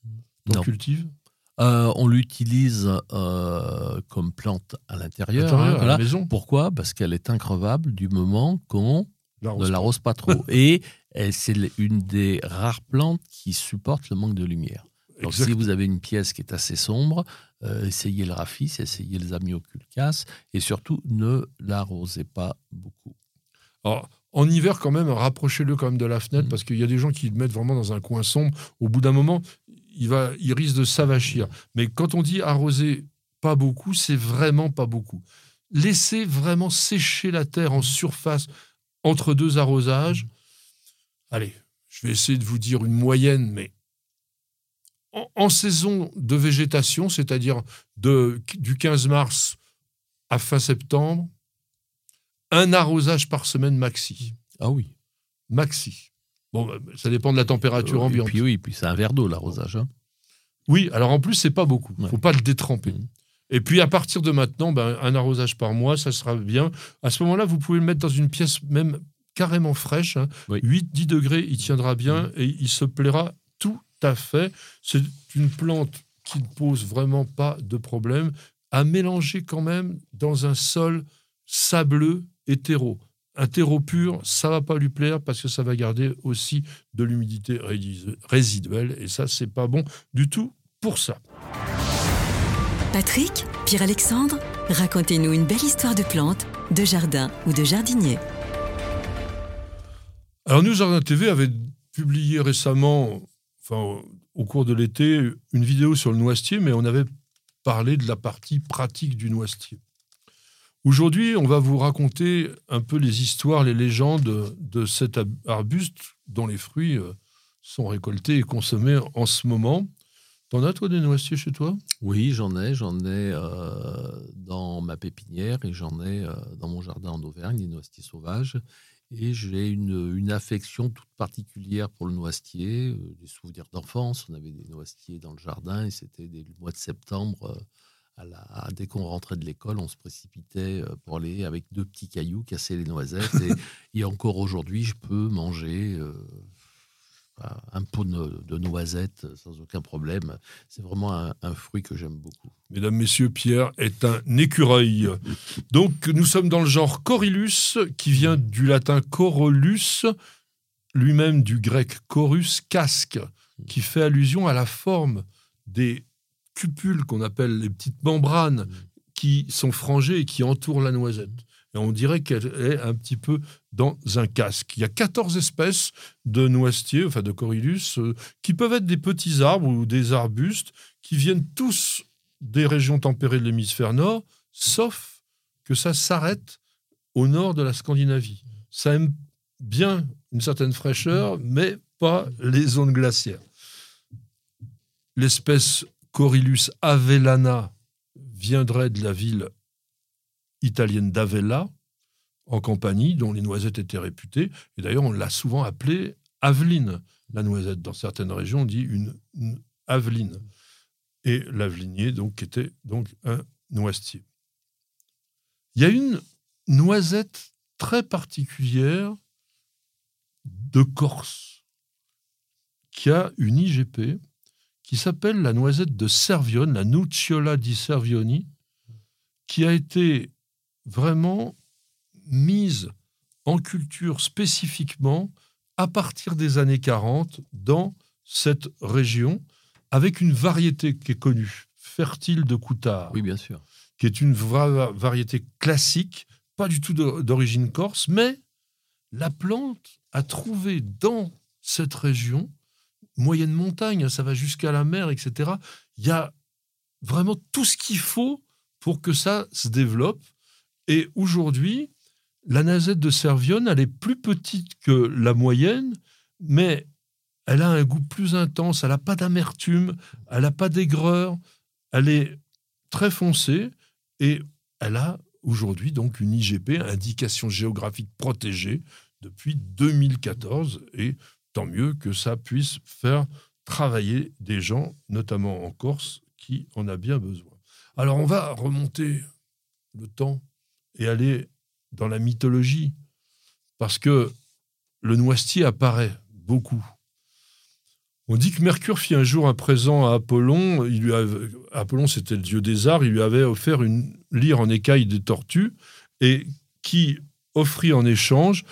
T'en Non. cultives Euh, on l'utilise euh, comme plante à l'intérieur. Intérieur, hein, à voilà. la maison. Pourquoi ? Parce qu'elle est increvable du moment qu'on L'arrose ne pas. l'arrose pas trop. Et elle, c'est une des rares plantes qui supporte le manque de lumière. Donc, Exact. si vous avez une pièce qui est assez sombre, euh, essayez le rafis, essayez le Zamioculcas et surtout, ne l'arrosez pas beaucoup. Alors, en hiver, quand même, rapprochez-le quand même de la fenêtre Mhm. parce qu'il y a des gens qui le mettent vraiment dans un coin sombre. Au bout d'un moment, il, va, il risque de s'avachir. Mais quand on dit arroser pas beaucoup, c'est vraiment pas beaucoup. Laissez vraiment sécher la terre en surface entre deux arrosages. Allez, je vais essayer de vous dire une moyenne, mais en, en saison de végétation, c'est-à-dire de, du quinze mars à fin septembre, un arrosage par semaine maxi. Ah oui. Maxi. Bon, bah, ça dépend de la température Euh, ambiante. Et puis oui, puis c'est un verre d'eau l'arrosage. Hein. Oui, alors en plus, c'est pas beaucoup. Il ne Ouais. faut pas le détremper. Mhm. Et puis, à partir de maintenant, ben, un arrosage par mois, ça sera bien. À ce moment-là, vous pouvez le mettre dans une pièce même carrément fraîche. Hein. Oui. huit à dix degrés, il tiendra bien Mhm. et il se plaira tout à fait. C'est une plante qui ne pose vraiment pas de problème à mélanger quand même dans un sol sableux et terreau. Un terreau pur, ça ne va pas lui plaire parce que ça va garder aussi de l'humidité rési- résiduelle. Et ça, c'est pas bon du tout pour ça. Patrick, Pierre-Alexandre, racontez-nous une belle histoire de plante, de jardin ou de jardinier. Alors nous, Jardin T V avait publié récemment, enfin au cours de l'été, une vidéo sur le noisetier, mais on avait parlé de la partie pratique du noisetier. Aujourd'hui, on va vous raconter un peu les histoires, les légendes de cet arbuste dont les fruits sont récoltés et consommés en ce moment. T'en as, toi, des noisetiers chez toi ? Oui, j'en ai. J'en ai euh, dans ma pépinière et j'en ai euh, dans mon jardin en Auvergne, des noisetiers sauvages. Et j'ai une, une affection toute particulière pour le noisetier, euh, des souvenirs d'enfance. On avait des noisetiers dans le jardin et c'était des- le mois de septembre. Euh, à la, dès qu'on rentrait de l'école, on se précipitait euh, pour aller avec deux petits cailloux casser les noisettes. et, et encore aujourd'hui, je peux manger euh, un pot de, de noisettes sans aucun problème. C'est vraiment un, un fruit que j'aime beaucoup. Mesdames, Messieurs, Pierre est un écureuil. Donc, nous sommes dans le genre Corylus, qui vient du latin corolus, lui-même du grec chorus, casque, qui fait allusion à la forme des cupules qu'on appelle les petites membranes qui sont frangées et qui entourent la noisette. Et on dirait qu'elle est un petit peu dans un casque. Il y a quatorze espèces de noisetiers, enfin de Corylus, euh, qui peuvent être des petits arbres ou des arbustes qui viennent tous des régions tempérées de l'hémisphère nord, sauf que ça s'arrête au nord de la Scandinavie. Ça aime bien une certaine fraîcheur, mais pas les zones glaciaires. L'espèce Corylus avellana viendrait de la ville italienne d'Avella, en Campanie, dont les noisettes étaient réputées. Et d'ailleurs, on l'a souvent appelée aveline, la noisette. Dans certaines régions, on dit une, une aveline. Et l'avelinier, donc, était donc un noisetier. Il y a une noisette très particulière de Corse qui a une I G P qui s'appelle la noisette de Servione, la Nucciola di Servioni, qui a été vraiment mise en culture spécifiquement à partir des années quarante dans cette région, avec une variété qui est connue, fertile de Coutard, Oui, bien sûr. qui est une vraie variété classique, pas du tout de- d'origine corse, mais la plante a trouvé dans cette région, moyenne montagne, ça va jusqu'à la mer, et cetera, il y a vraiment tout ce qu'il faut pour que ça se développe. Et aujourd'hui, la noisette de Servione, elle est plus petite que la moyenne, mais elle a un goût plus intense, elle n'a pas d'amertume, elle n'a pas d'aigreur, elle est très foncée et elle a aujourd'hui donc une I G P, indication géographique protégée, depuis deux mille quatorze, et tant mieux que ça puisse faire travailler des gens, notamment en Corse, qui en a bien besoin. Alors on va remonter le temps et aller dans la mythologie, parce que le noisetier apparaît beaucoup. On dit que Mercure fit un jour un présent à Apollon. Il lui avait, Apollon, c'était le dieu des arts. Il lui avait offert une lyre en écaille de tortue et qui offrit en échange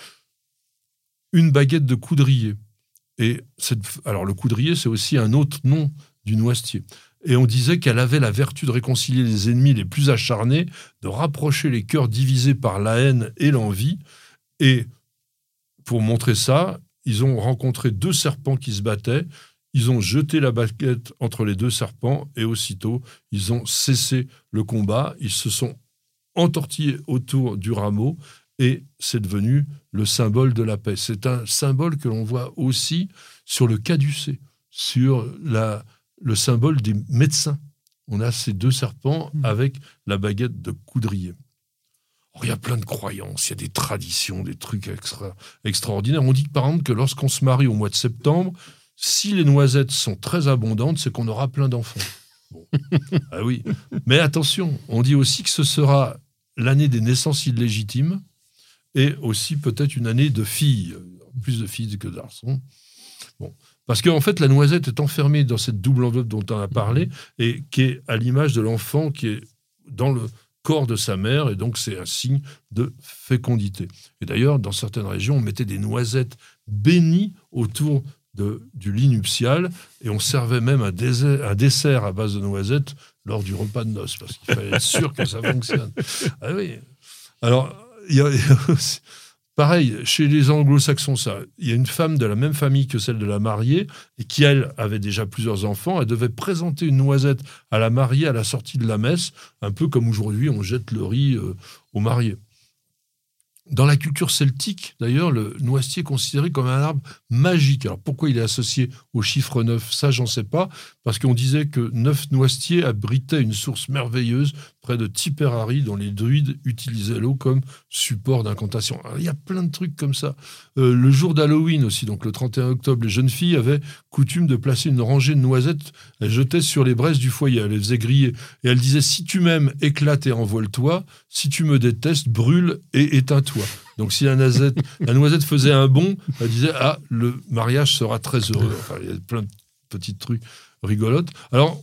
une baguette de coudrier. Et cette, alors, le coudrier, c'est aussi un autre nom du noisetier. Et on disait qu'elle avait la vertu de réconcilier les ennemis les plus acharnés, de rapprocher les cœurs divisés par la haine et l'envie. Et pour montrer ça, ils ont rencontré deux serpents qui se battaient. Ils ont jeté la baguette entre les deux serpents et aussitôt, ils ont cessé le combat. Ils se sont entortillés autour du rameau et c'est devenu le symbole de la paix. C'est un symbole que l'on voit aussi sur le caducée, sur la, le symbole des médecins. On a ces deux serpents avec la baguette de coudrier. Alors, il y a plein de croyances, il y a des traditions, des trucs extra, extraordinaires. On dit par exemple que lorsqu'on se marie au mois de septembre, si les noisettes sont très abondantes, c'est qu'on aura plein d'enfants. Bon. Ah oui. Mais attention, on dit aussi que ce sera l'année des naissances illégitimes et aussi peut-être une année de filles, plus de filles que de garçons. Bon. Parce qu'en fait, la noisette est enfermée dans cette double enveloppe dont on a parlé et qui est à l'image de l'enfant qui est dans le corps de sa mère, et donc c'est un signe de fécondité. Et d'ailleurs, dans certaines régions, on mettait des noisettes bénies autour de, du lit nuptial, et on servait même un dessert, un dessert à base de noisettes lors du repas de noces, parce qu'il fallait être sûr que ça fonctionne. Ah oui. Alors, il y a, il y a aussi, pareil, chez les anglo-saxons, ça, il y a une femme de la même famille que celle de la mariée, et qui, elle, avait déjà plusieurs enfants. Elle devait présenter une noisette à la mariée à la sortie de la messe, un peu comme aujourd'hui, on jette le riz euh, aux mariés. Dans la culture celtique, d'ailleurs, le noisetier est considéré comme un arbre magique. Alors, pourquoi il est associé au chiffre neuf ? Ça, j'en sais pas, parce qu'on disait que neuf noisetiers abritaient une source merveilleuse près de Tipperary, dont les druides utilisaient l'eau comme support d'incantation. Alors, il y a plein de trucs comme ça. Euh, le jour d'Halloween aussi, donc le trente et un octobre, les jeunes filles avaient coutume de placer une rangée de noisettes, elles jetaient sur les braises du foyer, elles les faisaient griller. Et elles disaient, si tu m'aimes, éclate et envole-toi. Si tu me détestes, brûle et éteins-toi. Donc si la noisette, la noisette faisait un bond, elle disait, ah, le mariage sera très heureux. Enfin, il y a plein de petits trucs rigolotes. Alors,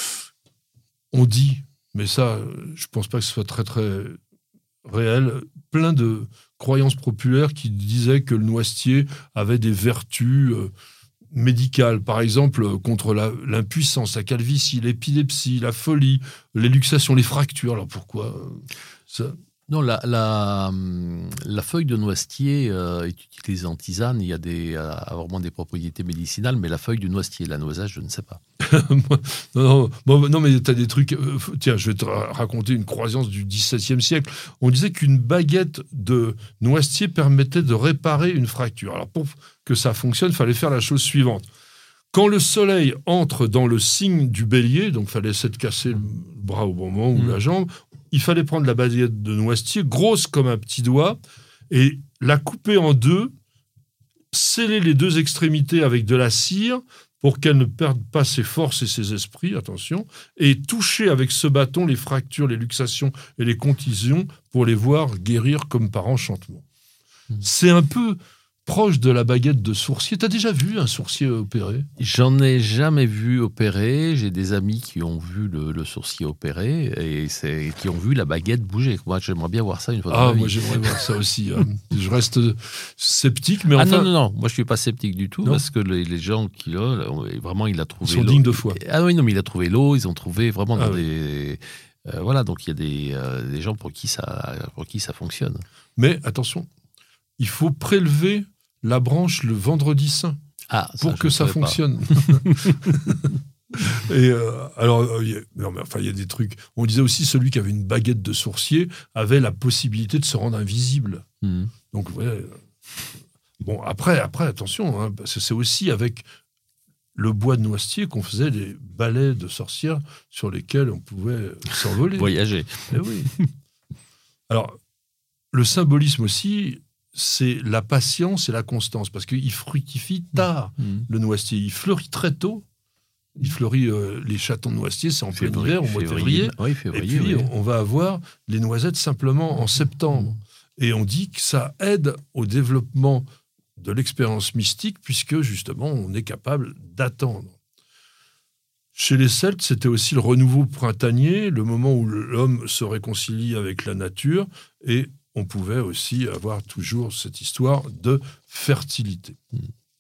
on dit, mais ça, je ne pense pas que ce soit très, très réel, plein de croyances populaires qui disaient que le noisetier avait des vertus euh, médicales. Par exemple, contre la, l'impuissance, la calvitie, l'épilepsie, la folie, les luxations, les fractures. Alors pourquoi ça... Non, la, la, la feuille de noisetier euh, est utilisée en tisane. Il y a, des, a vraiment des propriétés médicinales, mais la feuille du noisetier, la noisette, je ne sais pas. non, non, non, mais tu as des trucs... Euh, tiens, je vais te raconter une croyance du dix-septième siècle. On disait qu'une baguette de noisetier permettait de réparer une fracture. Alors, pour que ça fonctionne, il fallait faire la chose suivante. Quand le soleil entre dans le signe du bélier, donc il fallait essayer de casser le bras au bon moment ou mmh. la jambe, il fallait prendre la baguette de noisetier, grosse comme un petit doigt, et la couper en deux, sceller les deux extrémités avec de la cire pour qu'elle ne perde pas ses forces et ses esprits, attention, et toucher avec ce bâton les fractures, les luxations et les contusions pour les voir guérir comme par enchantement. Mmh. C'est un peu proche de la baguette de sourcier. T'as déjà vu un sourcier opéré ? J'en ai jamais vu opérer. J'ai des amis qui ont vu le, le sourcier opéré et c'est, qui ont vu la baguette bouger. Moi, j'aimerais bien voir ça une fois dans Ah, ma vie. moi, j'aimerais voir ça aussi. Hein. Je reste sceptique, mais ah enfin... non, non, non. Moi, je suis pas sceptique du tout non. parce que les, les gens qui là, vraiment, il a trouvé Ils sont l'eau. dignes de foi. Ah oui, non, mais il a trouvé l'eau. Ils ont trouvé vraiment ah, dans oui. des... Euh, voilà, donc il y a des, euh, des gens pour qui, ça, pour qui ça fonctionne. Mais attention, il faut prélever la branche le vendredi saint ah, pour ça, que ça fonctionne. Et euh, alors, il y a, non, mais enfin, il y a des trucs. On disait aussi celui qui avait une baguette de sourcier avait la possibilité de se rendre invisible. Mmh. Donc, ouais. Bon, après, après, attention, hein, parce que c'est aussi avec le bois de noisetier qu'on faisait des balais de sorcières sur lesquels on pouvait s'envoler. Voyager. Eh oui. Alors, le symbolisme aussi, c'est la patience et la constance, parce qu'il fructifie tard, mmh. le noisetier. Il fleurit très tôt. Il fleurit, euh, les chatons de noisetier, c'est en plein hiver, au mois de février. Oui, février. Et puis, oui. on va avoir les noisettes simplement en septembre. Mmh. Et on dit que ça aide au développement de l'expérience mystique, puisque justement, on est capable d'attendre. Chez les Celtes, c'était aussi le renouveau printanier, le moment où l'homme se réconcilie avec la nature, et on pouvait aussi avoir toujours cette histoire de fertilité. Mmh.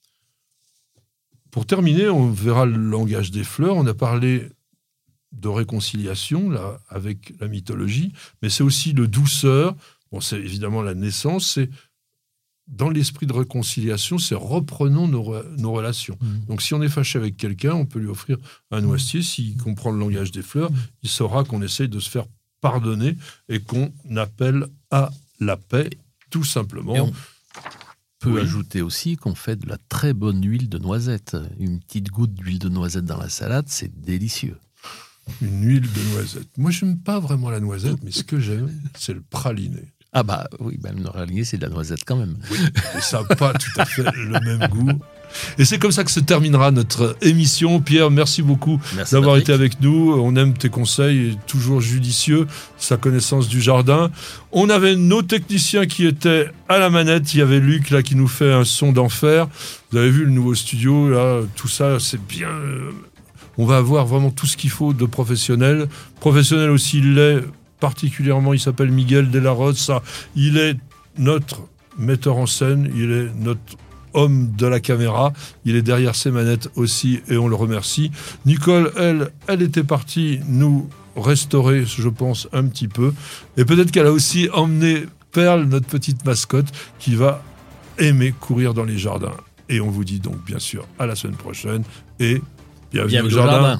Pour terminer, on verra le langage des fleurs. On a parlé de réconciliation là, avec la mythologie, mais c'est aussi de douceur. Bon, c'est évidemment la naissance, c'est dans l'esprit de réconciliation, c'est reprenons nos, nos relations. Mmh. Donc si on est fâché avec quelqu'un, on peut lui offrir un noisetier. S'il comprend le langage des fleurs, mmh. il saura qu'on essaye de se faire pardonner et qu'on appelle à la paix, tout simplement. Et on peut oui. ajouter aussi qu'on fait de la très bonne huile de noisette. Une petite goutte d'huile de noisette dans la salade, c'est délicieux. Une huile de noisette. Moi, je n'aime pas vraiment la noisette, mais ce que j'aime, c'est le praliné. Ah bah oui, même le praliné, c'est de la noisette quand même. Oui, et ça n'a pas tout à fait le même goût. Et c'est comme ça que se terminera notre émission. Pierre, merci beaucoup merci d'avoir Patrick. été avec nous. On aime tes conseils, toujours judicieux, sa connaissance du jardin. On avait nos techniciens qui étaient à la manette. Il y avait Luc là qui nous fait un son d'enfer. Vous avez vu le nouveau studio, là, tout ça, c'est bien. On va avoir vraiment tout ce qu'il faut de professionnels. Professionnel aussi, il l'est particulièrement, il s'appelle Miguel de la Rosa. Il est notre metteur en scène, il est notre homme de la caméra, il est derrière ses manettes aussi et on le remercie. Nicole, elle, elle était partie nous restaurer, je pense, un petit peu. Et peut-être qu'elle a aussi emmené Perle, notre petite mascotte, qui va aimer courir dans les jardins. Et on vous dit donc bien sûr à la semaine prochaine et bienvenue, bienvenue au jardin. jardin.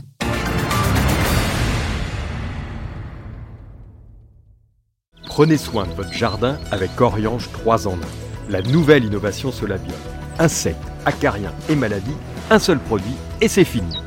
Prenez soin de votre jardin avec Oriange trois en un, la nouvelle innovation Solabium. Insectes, acariens et maladies, un seul produit et c'est fini.